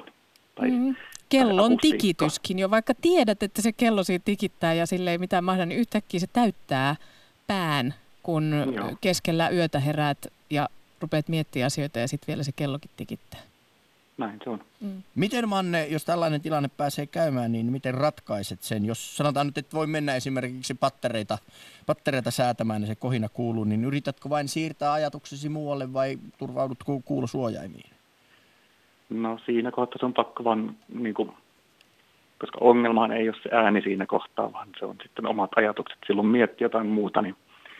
A: Kellon tikityskin jo, vaikka tiedät, että se kello siitä tikittää ja sille ei mitään mahda, niin yhtäkkiä se täyttää pään, kun keskellä yötä heräät ja rupeat miettimään asioita ja sitten vielä se kellokin tikittää.
H: Näin se on.
B: Miten, Manne, jos tällainen tilanne pääsee käymään, niin miten ratkaiset sen? Jos sanotaan nyt, että voi mennä esimerkiksi pattereita säätämään ja se kohina kuuluu, niin yritätkö vain siirtää ajatuksesi muualle vai turvaudutko kuulosuojaimiin?
H: No siinä kohtaa se on pakko vaan, niin kuin, koska ongelmahan ei ole se ääni siinä kohtaa, vaan se on sitten omat ajatukset. Silloin miettii jotain muuta, niin,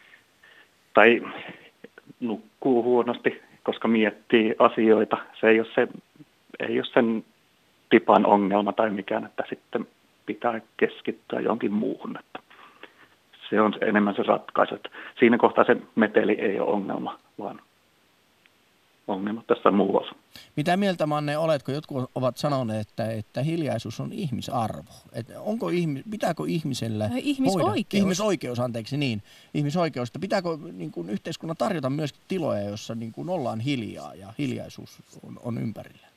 H: tai nukkuu huonosti, koska miettii asioita. Se ei ole sen tipan ongelma tai mikään, että sitten pitää keskittyä johonkin muuhun. Että se on enemmän se ratkaisu. Että siinä kohtaa se meteli ei ole ongelma, vaan ongelma tässä muualla.
B: Mitä mieltä, Manne, oletko? Jotkut ovat sanoneet, että hiljaisuus on ihmisarvo. Pitääkö ihmisellä ihmisoikeus, että pitääkö niin kuin yhteiskunnan tarjota myös tiloja, jossa niin kuin ollaan hiljaa ja hiljaisuus on ympärillä?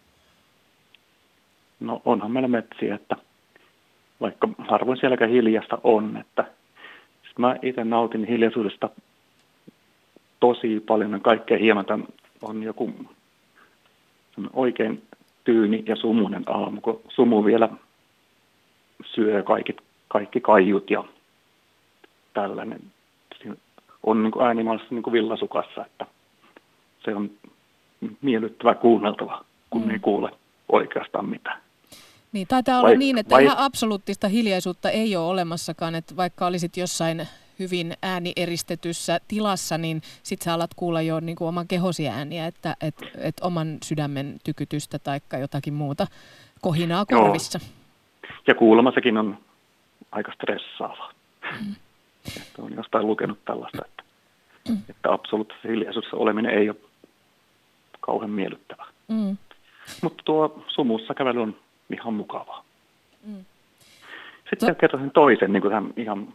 H: No onhan meillä metsiä, että vaikka harvoin sielläkään hiljasta on, että mä itse nautin hiljaisuudesta tosi paljon ja kaikkein hieman on joku oikein tyyni ja sumunen aamu, kun sumu vielä syö kaikki kaiut ja tällainen. Siinä on niin kuin äänimaailmassa niin kuin villasukassa, että se on miellyttävä kuunneltava, kun ei kuule oikeastaan mitään.
A: Niin, taitaa olla niin, että ihan absoluuttista hiljaisuutta ei ole olemassakaan, että vaikka olisit jossain hyvin äänieristetyssä tilassa, niin sit sä alat kuulla jo niin kuin oman kehosi ääniä, että oman sydämen tykytystä tai jotakin muuta kohinaa korvissa.
H: Ja kuulemma sekin on aika stressaavaa. Että on jostain lukenut tällaista, että absoluuttisessa hiljaisuudessa oleminen ei ole kauhean miellyttävää. Mutta tuo sumussa kävely on ihan mukavaa. Sitten kertoisin toisen niin kuin tämän ihan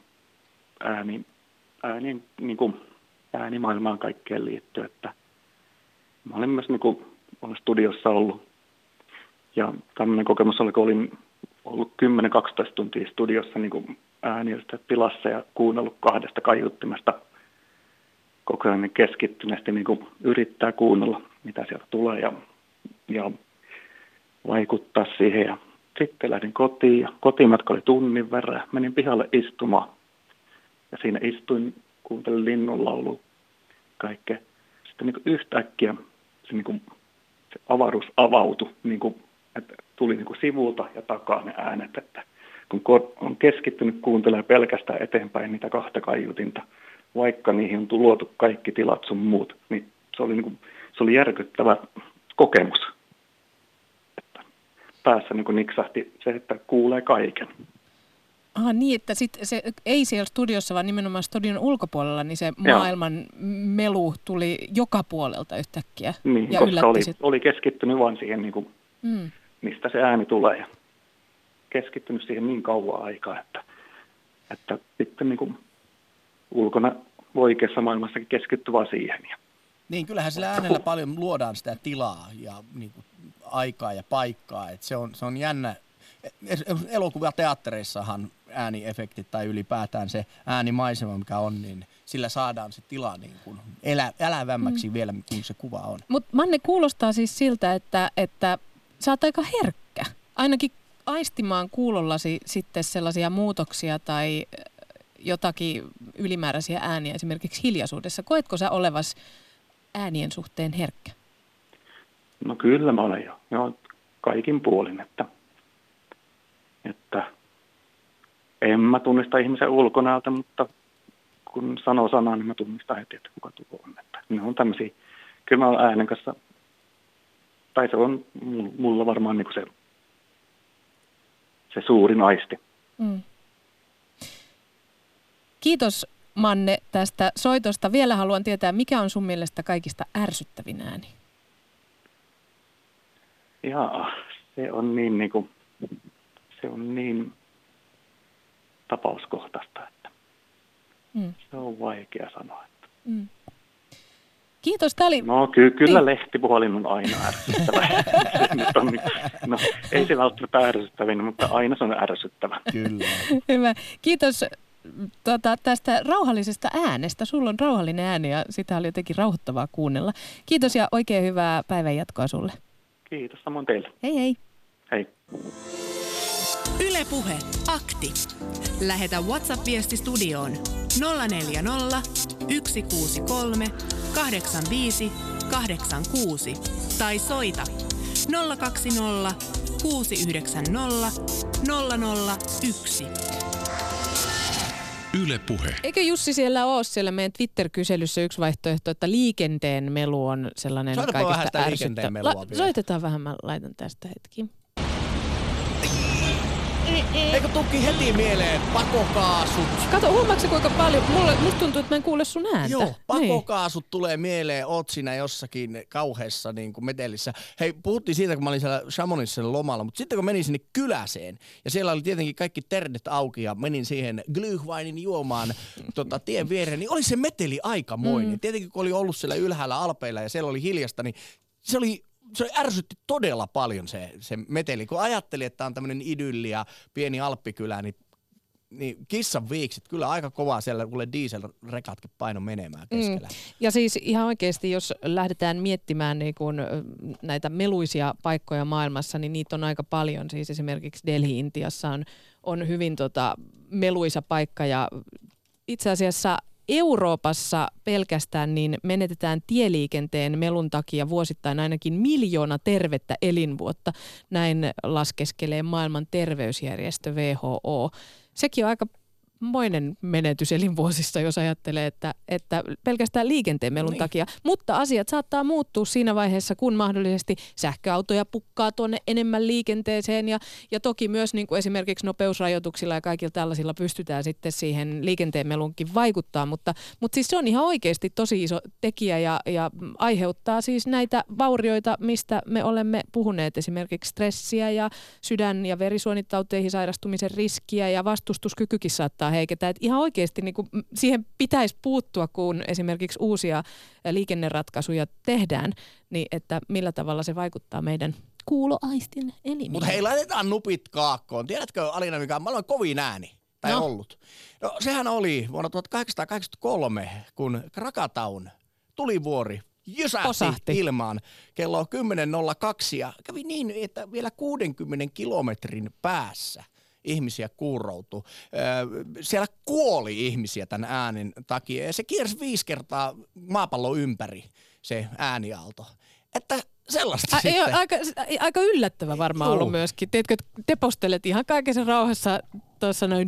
H: äänimaailmaan kaikkeen liittyen, että mä olin myös niin kuin, olen studiossa ollut ja tämmöinen kokemus oli, kun olin ollut 10-12 tuntia studiossa niin kuin äänieristetilassa ja kuunnellut 2 kaiuttimesta koko ajan keskittyneesti niin kuin yrittää kuunnella, mitä sieltä tulee ja vaikuttaa siihen ja sitten lähdin kotiin ja kotimatka oli tunnin verran. Menin pihalle istumaan ja siinä istuin, kuuntelin linnunlaulua kaikkea. Sitten niin kuin yhtäkkiä se avaruus avautui, niin kuin, että tuli niin kuin sivulta ja takaa ne äänet. Että kun on keskittynyt kuuntelemaan pelkästään eteenpäin niitä 2 kaiutinta, vaikka niihin on luotu kaikki tilat sun muut, niin se oli järkyttävä kokemus. Päässä niin kuin niksahti se, että kuulee kaiken.
A: Niin, että se ei siellä studiossa, vaan nimenomaan studion ulkopuolella, niin se maailman melu tuli joka puolelta yhtäkkiä.
H: Niin, ja koska oli keskittynyt vain siihen, niin kuin, mistä se ääni tulee. Ja keskittynyt siihen niin kauan aikaa, että sitten niin kuin ulkona oikeassa maailmassakin keskittyy vaan siihen.
B: Niin, kyllähän sillä äänellä paljon luodaan sitä tilaa ja niin kuin aikaa ja paikkaa. Että se on jännä. Elokuvateattereissahan ääniefektit tai ylipäätään se äänimaisema, mikä on, niin sillä saadaan se tila niin kuin elävämmäksi vielä, kun se kuva on.
A: Mutta Manne, kuulostaa siis siltä, että sä oot aika herkkä. Ainakin aistimaan kuulollasi sitten sellaisia muutoksia tai jotakin ylimääräisiä ääniä esimerkiksi hiljaisuudessa. Koetko sä olevas äänien suhteen herkkä?
H: No kyllä mä olen jo kaikin puolin, että en mä tunnista ihmisen ulkonäöltä, mutta kun sanoo sanaa, niin mä tunnistan heti, että kuka tuo on. Että ne on tämmöisiä, kyllä mä olen äänen kanssa, tai se on mulla varmaan niin kuin se suurin aisti.
A: Mm. Kiitos Manne tästä soitosta. Vielä haluan tietää, mikä on sun mielestä kaikista ärsyttävin ääni?
H: Jaa, se on niin tapauskohtaista, että se on vaikea sanoa. Että.
A: Kiitos, tämä oli...
H: No kyllä lehtipuhelin on aina ärsyttävä. No ei se välttämättä ärsyttävin, mutta aina se on ärsyttävä.
B: Kyllä.
A: Hyvä. Kiitos tästä rauhallisesta äänestä. Sulla on rauhallinen ääni ja sitä oli jotenkin rauhoittavaa kuunnella. Kiitos ja oikein hyvää päivän jatkoa sulle.
H: Kiitos, samoin teille.
A: Hei hei.
H: Hei.
C: Yle Puhe. Akti. Lähetä WhatsApp-viesti studioon 040 163 85 86 tai soita 020 690 001.
D: Yle Puhe.
A: Eikö Jussi siellä meidän Twitter-kyselyssä yksi vaihtoehto, että liikenteen melu on sellainen
B: Soitapa vähän
A: kaikista
B: sitä liikenteen melua vielä.
A: Soitetaan vähän, mä laitan tästä hetki.
B: Eikö tukki heti mieleen pakokaasut?
A: Kato, huomaatko kuinka paljon? Musta tuntuu, että mä en kuule sun ääntä.
B: Joo, pakokaasut tulee mieleen, oot siinä jossakin kauheassa niin kuin metelissä. Hei, puhuttiin siitä, kun mä olin siellä Chamonixissa lomalla, mutta sitten kun menin sinne kyläseen, ja siellä oli tietenkin kaikki terdet auki, ja menin siihen Glühweinin juomaan tien viereen, niin oli se meteli aikamoinen. Tietenkin kun oli ollut siellä ylhäällä Alpeilla, ja siellä oli hiljasta, niin se ärsytti todella paljon se meteli. Kun ajatteli, että on tämmöinen idylli ja pieni alppikylä, niin kissan viikset kyllä aika kovaa siellä, kun dieselrekatkin paino menemään keskellä.
A: Ja siis ihan oikeasti, jos lähdetään miettimään niin kun näitä meluisia paikkoja maailmassa, niin niitä on aika paljon. Siis esimerkiksi Delhi Intiassa on hyvin meluisa paikka ja itse asiassa Euroopassa pelkästään niin menetetään tieliikenteen melun takia vuosittain ainakin 1 miljoona tervettä elinvuotta. Näin laskeskelee maailman terveysjärjestö WHO. Sekin on aika moinen menetys elinvuosissa, jos ajattelee, että pelkästään liikenteen melun takia. Mutta asiat saattaa muuttua siinä vaiheessa, kun mahdollisesti sähköautoja pukkaa tuonne enemmän liikenteeseen. Ja toki myös niin kuin esimerkiksi nopeusrajoituksilla ja kaikilla tällaisilla pystytään sitten siihen liikenteen melunkin vaikuttaa. Mutta siis se on ihan oikeasti tosi iso tekijä ja aiheuttaa siis näitä vaurioita, mistä me olemme puhuneet. Esimerkiksi stressiä ja sydän- ja verisuonitauteihin sairastumisen riskiä ja vastustuskykykin saattaa heiketä. Et ihan oikeasti niin kuin siihen pitäisi puuttua, kun esimerkiksi uusia liikenneratkaisuja tehdään, niin että millä tavalla se vaikuttaa meidän kuuloaistin elimiin.
B: Mutta hei, laitetaan nupit kaakkoon. Tiedätkö, Alina, mikä on maailman kovin ääni? Tai ollut? No, sehän oli vuonna 1883, kun Krakataun tulivuori jysähti ilmaan kello 10.02 ja kävi niin, että vielä 60 kilometrin päässä ihmisiä kuuroutui. Siellä kuoli ihmisiä tämän äänen takia ja se kiersi 5 kertaa maapallon ympäri se ääniaalto. Että sellaista sitten.
A: Aika yllättävä varmaan ollut myöskin. Tiedätkö, te postelet ihan kaiken rauhassa tuossa noin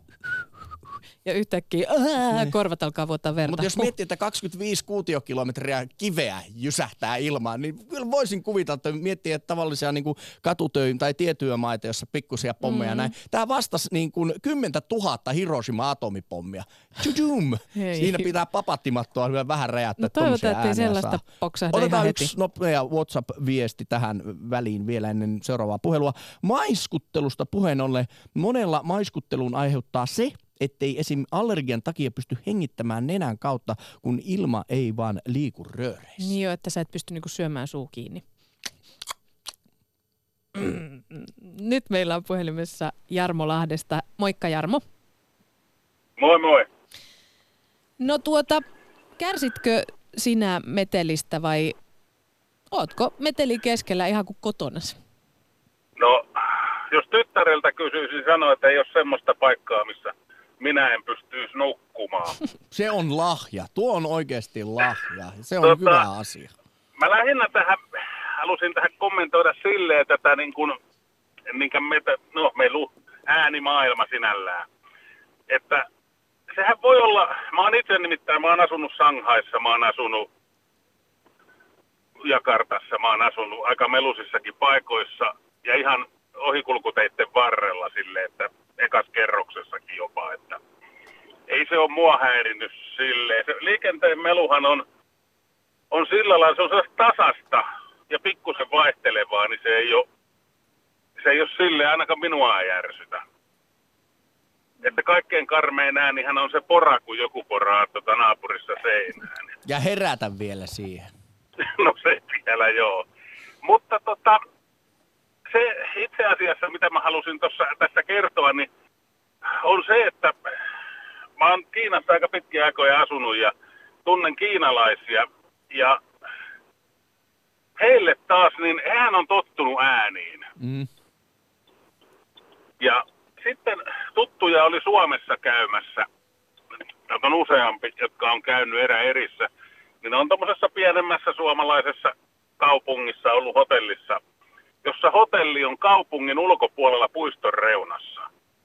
A: ja yhtäkkiä korvat alkaa vuottaa verta.
B: Mutta jos miettii, että 25 kuutiokilometriä kiveä jysähtää ilmaan, niin kyllä voisin kuvitella, että miettii, että tavallisia niin kuin katutöin tai tietyömaita, jossa pikkusia pommeja näin. Tämä vastasi niin kuin 10 000 Hiroshima-atomipommia. Tjudum! Siinä pitää papattimattoa vähän räjäyttää.
A: No toivotaan, ettei sellaista poksahda ihan heti.
B: Otetaan yksi nopea WhatsApp-viesti tähän väliin vielä ennen seuraavaa puhelua. Maiskuttelusta puheen ollen monella maiskuttelun aiheuttaa se, ettei esim. Allergian takia pysty hengittämään nenän kautta, kun ilma ei vaan liiku rööreissä.
A: Niin jo, että sä et pysty niinku syömään suu kiinni. Nyt meillä on puhelimessa Jarmo Lahdesta. Moikka Jarmo.
I: Moi moi.
A: No kärsitkö sinä metelistä vai ootko meteli keskellä ihan kuin kotonas?
I: No, jos tyttäreltä kysyisin sanoa, että ei ole semmoista paikkaa, missä minä en pystyisi nukkumaan.
B: Se on lahja. Tuo on oikeasti lahja. Se on hyvä asia.
I: Mä lähinnä halusin tähän kommentoida silleen tätä niin kuin melu äänimaailma sinällään. Että sehän voi olla, mä oon asunut Shanghaissa, mä oon asunut Jakartassa, mä oon asunut aika melusissakin paikoissa ja ihan ohikulkuteitten varrella silleen, että ekas kerroksessakin jopa, että ei se ole mua häirinnyt silleen. Se liikenteen meluhan on sillä lailla, se on sellaista tasasta ja pikkusen vaihtelevaa, niin se ei ole silleen, ainakaan minua ei järsytä. Että kaikkein karmein äänihän on se pora, kun joku poraa naapurissa seinään.
B: Ja herätä vielä siihen.
I: No se vielä joo. Mutta se itse asiassa, mitä mä halusin tässä kertoa, niin on se, että mä oon Kiinassa aika pitkiä aikoja asunut ja tunnen kiinalaisia. Ja heille taas, niin hehän on tottunut ääniin.
B: Mm.
I: Ja sitten tuttuja oli Suomessa käymässä, jotka on useampi, jotka on käynyt erissä. Niin on tommosessa pienemmässä suomalaisessa kaupungissa ollut hotellissa, jossa hotelli on kaupungin ulkopuolella puiston reunassa.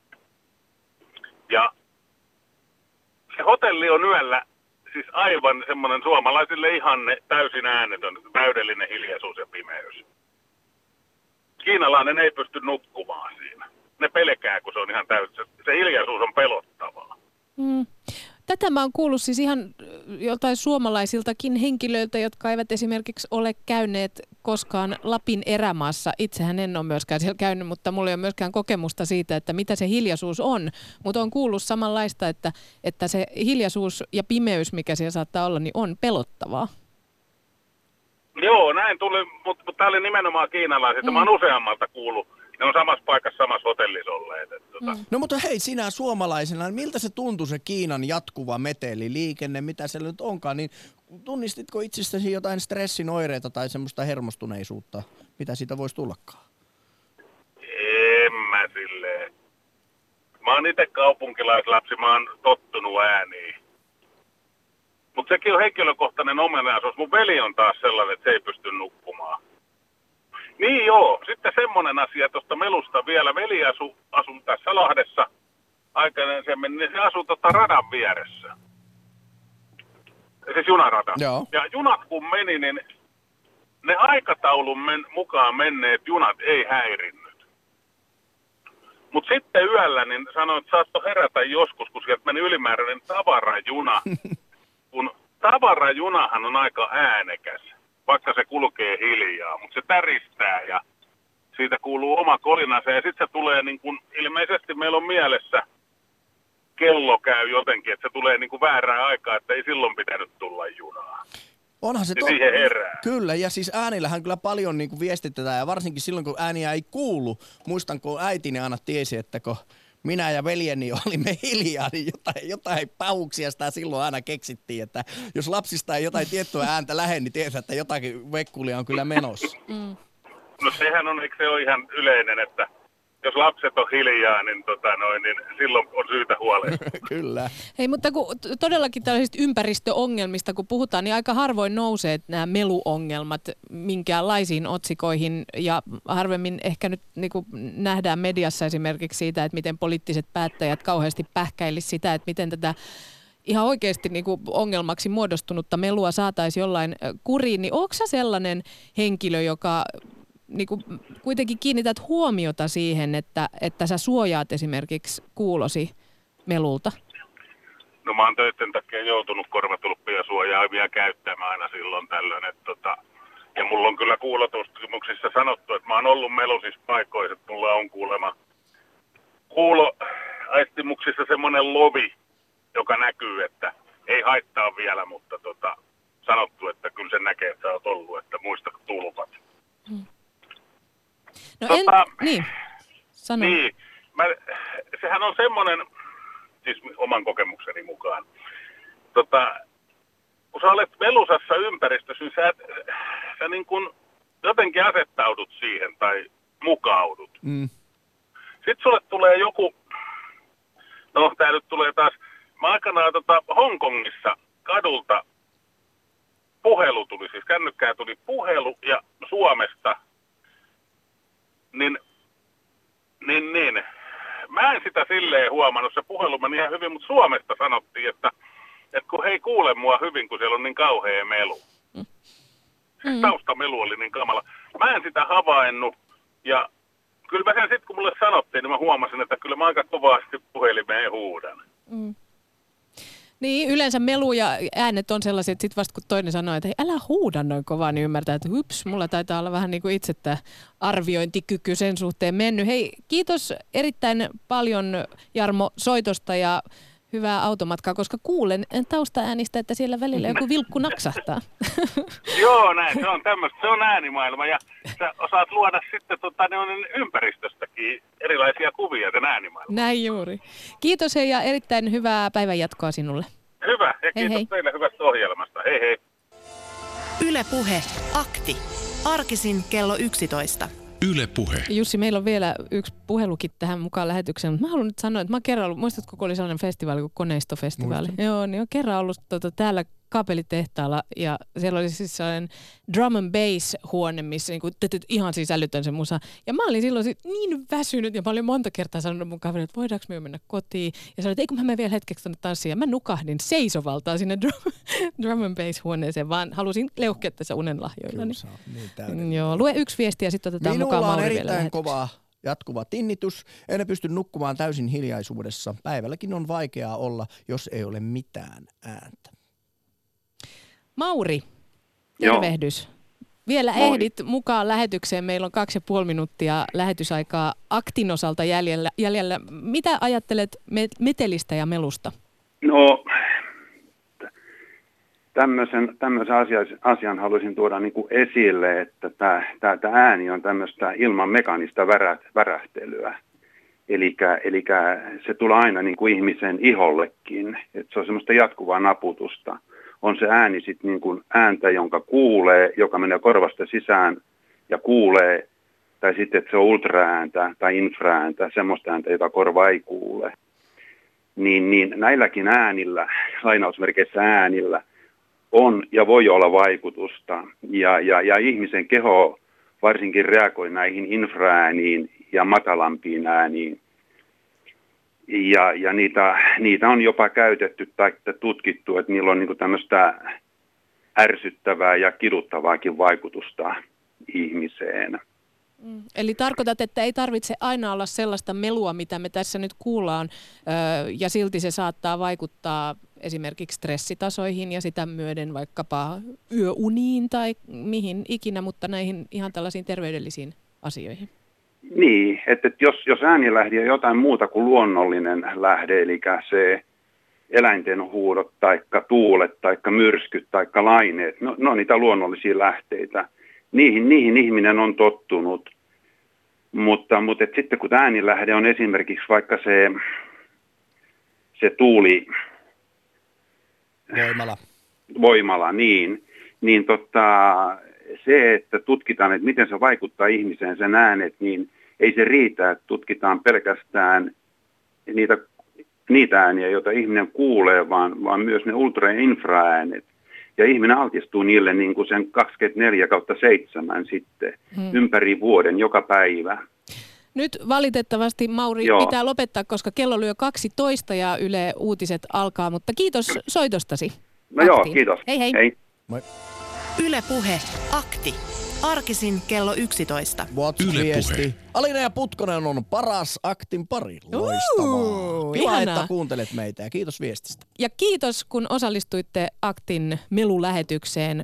I: Ja se hotelli on yöllä siis aivan semmoinen suomalaisille ihanne, täysin äänetön, täydellinen hiljaisuus ja pimeys. Kiinalainen ei pysty nukkumaan siinä. Ne pelkää, kun se on ihan täysin. Se hiljaisuus on pelottavaa.
A: Mm. Tätä mä oon kuullut siis ihan joltain suomalaisiltakin henkilöiltä, jotka eivät esimerkiksi ole käyneet koskaan Lapin erämaassa. Itsehän en ole myöskään siellä käynyt, mutta mulla ei ole myöskään kokemusta siitä, että mitä se hiljaisuus on. Mutta on kuullut samanlaista, että se hiljaisuus ja pimeys, mikä siellä saattaa olla, niin on pelottavaa.
I: Joo, näin tuli, mutta tämä oli nimenomaan kiinalaiset. Mä oon useammalta kuullut. Ne on samassa paikassa, samassa hotellissa olleet.
B: No mutta hei, sinä suomalaisena, miltä se tuntui se Kiinan jatkuva meteliliikenne, mitä siellä nyt onkaan, niin tunnistitko itsestäsi jotain stressin oireita tai semmoista hermostuneisuutta, mitä siitä voisi tullakaan?
I: En mä silleen. Mä oon itse kaupunkilaislapsi, mä oon tottunut ääniin. Mutta sekin on henkilökohtainen ominaisuus. Mun veli on taas sellainen, että se ei pysty nukkumaan. Niin joo, sitten semmoinen asia tuosta melusta vielä. Veli asui tässä Lahdessa aikaisemmin, niin se asui radan vieressä. Siis junarata.
B: Joo.
I: Ja junat kun meni, niin ne aikataulun mukaan menneet junat ei häirinnyt. Mutta sitten yöllä niin sanoin, että saattoi herätä joskus, kun sieltä meni ylimääräinen tavarajuna. Kun tavarajunahan on aika äänekäs. Vaikka se kulkee hiljaa, mutta se täristää ja siitä kuuluu oma kolinansa. Ja sitten se tulee niin kuin, ilmeisesti meillä on mielessä, kello käy jotenkin, että se tulee niin kuin väärää aikaa, että ei silloin pitänyt tulla junaa.
B: Onhan se
I: siihen herää.
B: Kyllä, ja siis äänillähän kyllä paljon niin kuin viestitetään, ja varsinkin silloin, kun ääniä ei kuulu. Muistan, kun äitini aina tiesi, että kun minä ja veljeni olimme hiljaa, niin jotain pauksia sitä silloin aina keksittiin, että jos lapsista ei jotain tiettyä ääntä lähde, niin tiedät, että jotakin vekkulia on kyllä menossa.
A: Mm.
I: No sehän on, eikö se ole ihan yleinen, että jos lapset on hiljaa, niin, niin silloin on syytä huolehtia.
B: Kyllä.
A: Hei, mutta kun todellakin tällaisista ympäristöongelmista, kun puhutaan, niin aika harvoin nousee nämä meluongelmat minkäänlaisiin otsikoihin. Ja harvemmin ehkä nyt niin kuin nähdään mediassa esimerkiksi siitä, että miten poliittiset päättäjät kauheasti pähkäilisivät sitä, että miten tätä ihan oikeasti niin kuin ongelmaksi muodostunutta melua saataisiin jollain kuriin. Niin ootko sä sellainen henkilö, joka niin kuin kuitenkin kiinnität huomiota siihen, että sä suojaat esimerkiksi kuulosi melulta?
I: No mä oon töiden takia joutunut korvatulppia suojaavia käyttämään aina silloin tällöin. Ja mulla on kyllä kuulotutkimuksissa sanottu, että mä oon ollut melusissa paikoissa, että mulla on kuuloaistimuksissa semmoinen lovi, joka näkyy, että ei haittaa vielä, mutta sanottu, että kyllä se näkee, että sä oot ollut, että muista tulpat.
A: No niin, sano.
I: Niin, sehän on semmoinen, siis oman kokemukseni mukaan, kun sä olet melusassa ympäristössä, niin sä niin kuin jotenkin asettaudut siihen tai mukaudut. Sitten sulle tulee joku, no tää nyt tulee taas, mä aikanaan Hongkongissa kadulta puhelu tuli, siis kännykkään tuli puhelu ja Suomesta, niin, mä en sitä silleen huomannut, se puhelu meni ihan hyvin, mutta Suomesta sanottiin, että kun he ei kuule mua hyvin, kun siellä on niin kauhea melu. Taustamelu oli niin kamala. Mä en sitä havainnut, ja kyllä mä sen sitten, kun mulle sanottiin, niin mä huomasin, että kyllä mä aika kovasti puhelimeen huudan.
A: Niin, yleensä melu ja äänet on sellaiset, että sitten vasta kun toinen sanoo, että hei, älä huuda noin kovaa, niin ymmärtää, että hups, mulla taitaa olla vähän niin kuin itse tämä arviointikyky sen suhteen mennyt. Hei, kiitos erittäin paljon Jarmo soitosta ja hyvää automatkaa, koska kuulen taustaäänistä, että siellä välillä joku vilkku naksahtaa.
I: Joo, näin, se on tämmöistä, se on äänimaailma ja sä osaat luoda sitten ympäristöstäkin erilaisia kuvia sen äänimaailman.
A: Näin juuri. Kiitos hei ja erittäin hyvää päivänjatkoa sinulle.
I: Hyvä ja kiitos hei. Teille hyvästä ohjelmasta. Hei hei.
C: Yle Puhe, akti. Arkisin kello 11.
D: Yle Puhe.
A: Jussi, meillä on vielä yksi puhelukin tähän mukaan lähetykseen, mutta mä haluan nyt sanoa, että mä oon kerran ollut, muistatko kun oli sellainen festivaali kuin Koneistofestivaali?
B: Muistan.
A: Joo, niin on kerran ollut täällä kaapelitehtaalla ja siellä oli siis sellainen drum and bass huone, missä niinku, ihan siis älytön se musa. Ja mä olin silloin niin väsynyt ja mä olin monta kertaa sanonut mun kaverille, että voidaanko me mennä kotiin. Ja sanoin, että eikö mä menen vielä hetkeksi tuonne tanssiin. Ja mä nukahdin seisovaltaan sinne drum and bass huoneeseen, vaan halusin leuhkea tässä unenlahjoilla. Niin. Joo, lue yksi viesti ja sitten otetaan mukaan Mauri vielä
B: erittäin lähetykseen. Kova jatkuva tinnitus. En pysty nukkumaan täysin hiljaisuudessa. Päivälläkin on vaikeaa olla, jos ei ole mitään ääntä.
A: Mauri, tervehdys. Vielä ehdit mukaan lähetykseen. Meillä on 2,5 minuuttia lähetysaikaa aktin osalta jäljellä. Mitä ajattelet metelistä ja melusta?
J: No, tämmöisen asian haluaisin tuoda niin kuin esille, että tämä ääni on tämmöistä ilman mekaanista värähtelyä. Eli se tulee aina niin kuin ihmisen ihollekin, että se on semmoista jatkuvaa naputusta. On se ääni sitten niin kuin ääntä, jonka kuulee, joka menee korvasta sisään ja kuulee, tai sitten, että se on ultraääntä tai infraääntä, semmoista ääntä, jota korva ei kuule. Niin näilläkin äänillä, lainausmerkeissä äänillä, on ja voi olla vaikutusta. Ja ihmisen keho varsinkin reagoi näihin infraääniin ja matalampiin ääniin. Ja niitä on jopa käytetty tai tutkittu, että niillä on niin kuin tämmöistä ärsyttävää ja kiduttavaakin vaikutusta ihmiseen.
A: Eli tarkoitat, että ei tarvitse aina olla sellaista melua, mitä me tässä nyt kuullaan, ja silti se saattaa vaikuttaa esimerkiksi stressitasoihin ja sitä myöden vaikkapa yöuniin tai mihin ikinä, mutta näihin ihan tällaisiin terveydellisiin asioihin.
J: Niin, että jos äänilähde on jotain muuta kuin luonnollinen lähde, eli se eläinten huudot, taikka tuulet, taikka myrskyt, taikka laineet, ne on niitä luonnollisia lähteitä. Niihin ihminen on tottunut, mutta sitten kun äänilähde on esimerkiksi vaikka se tuuli... Voimala, niin se, että tutkitaan, että miten se vaikuttaa ihmiseen sen äänet, niin ei se riitä, että tutkitaan pelkästään niitä ääniä, joita ihminen kuulee, vaan myös ne ultra- ja infraäänet. Ja ihminen altistuu niille niin kuin sen 24/7 sitten ympäri vuoden, joka päivä.
A: Nyt valitettavasti, Mauri, pitää lopettaa, koska kello lyö 12 ja Yle Uutiset alkaa, mutta kiitos soitostasi.
J: No joo, kiitos.
A: Hei hei.
B: Hei. Moi.
C: Yle Puhe, akti. Arkisin kello 11.
B: WhatsApp-viesti. Alina ja Putkonen on paras aktin pari. Loistavaa. Kiva, että kuuntelet meitä ja kiitos viestistä.
A: Ja kiitos, kun osallistuitte aktin melulähetykseen.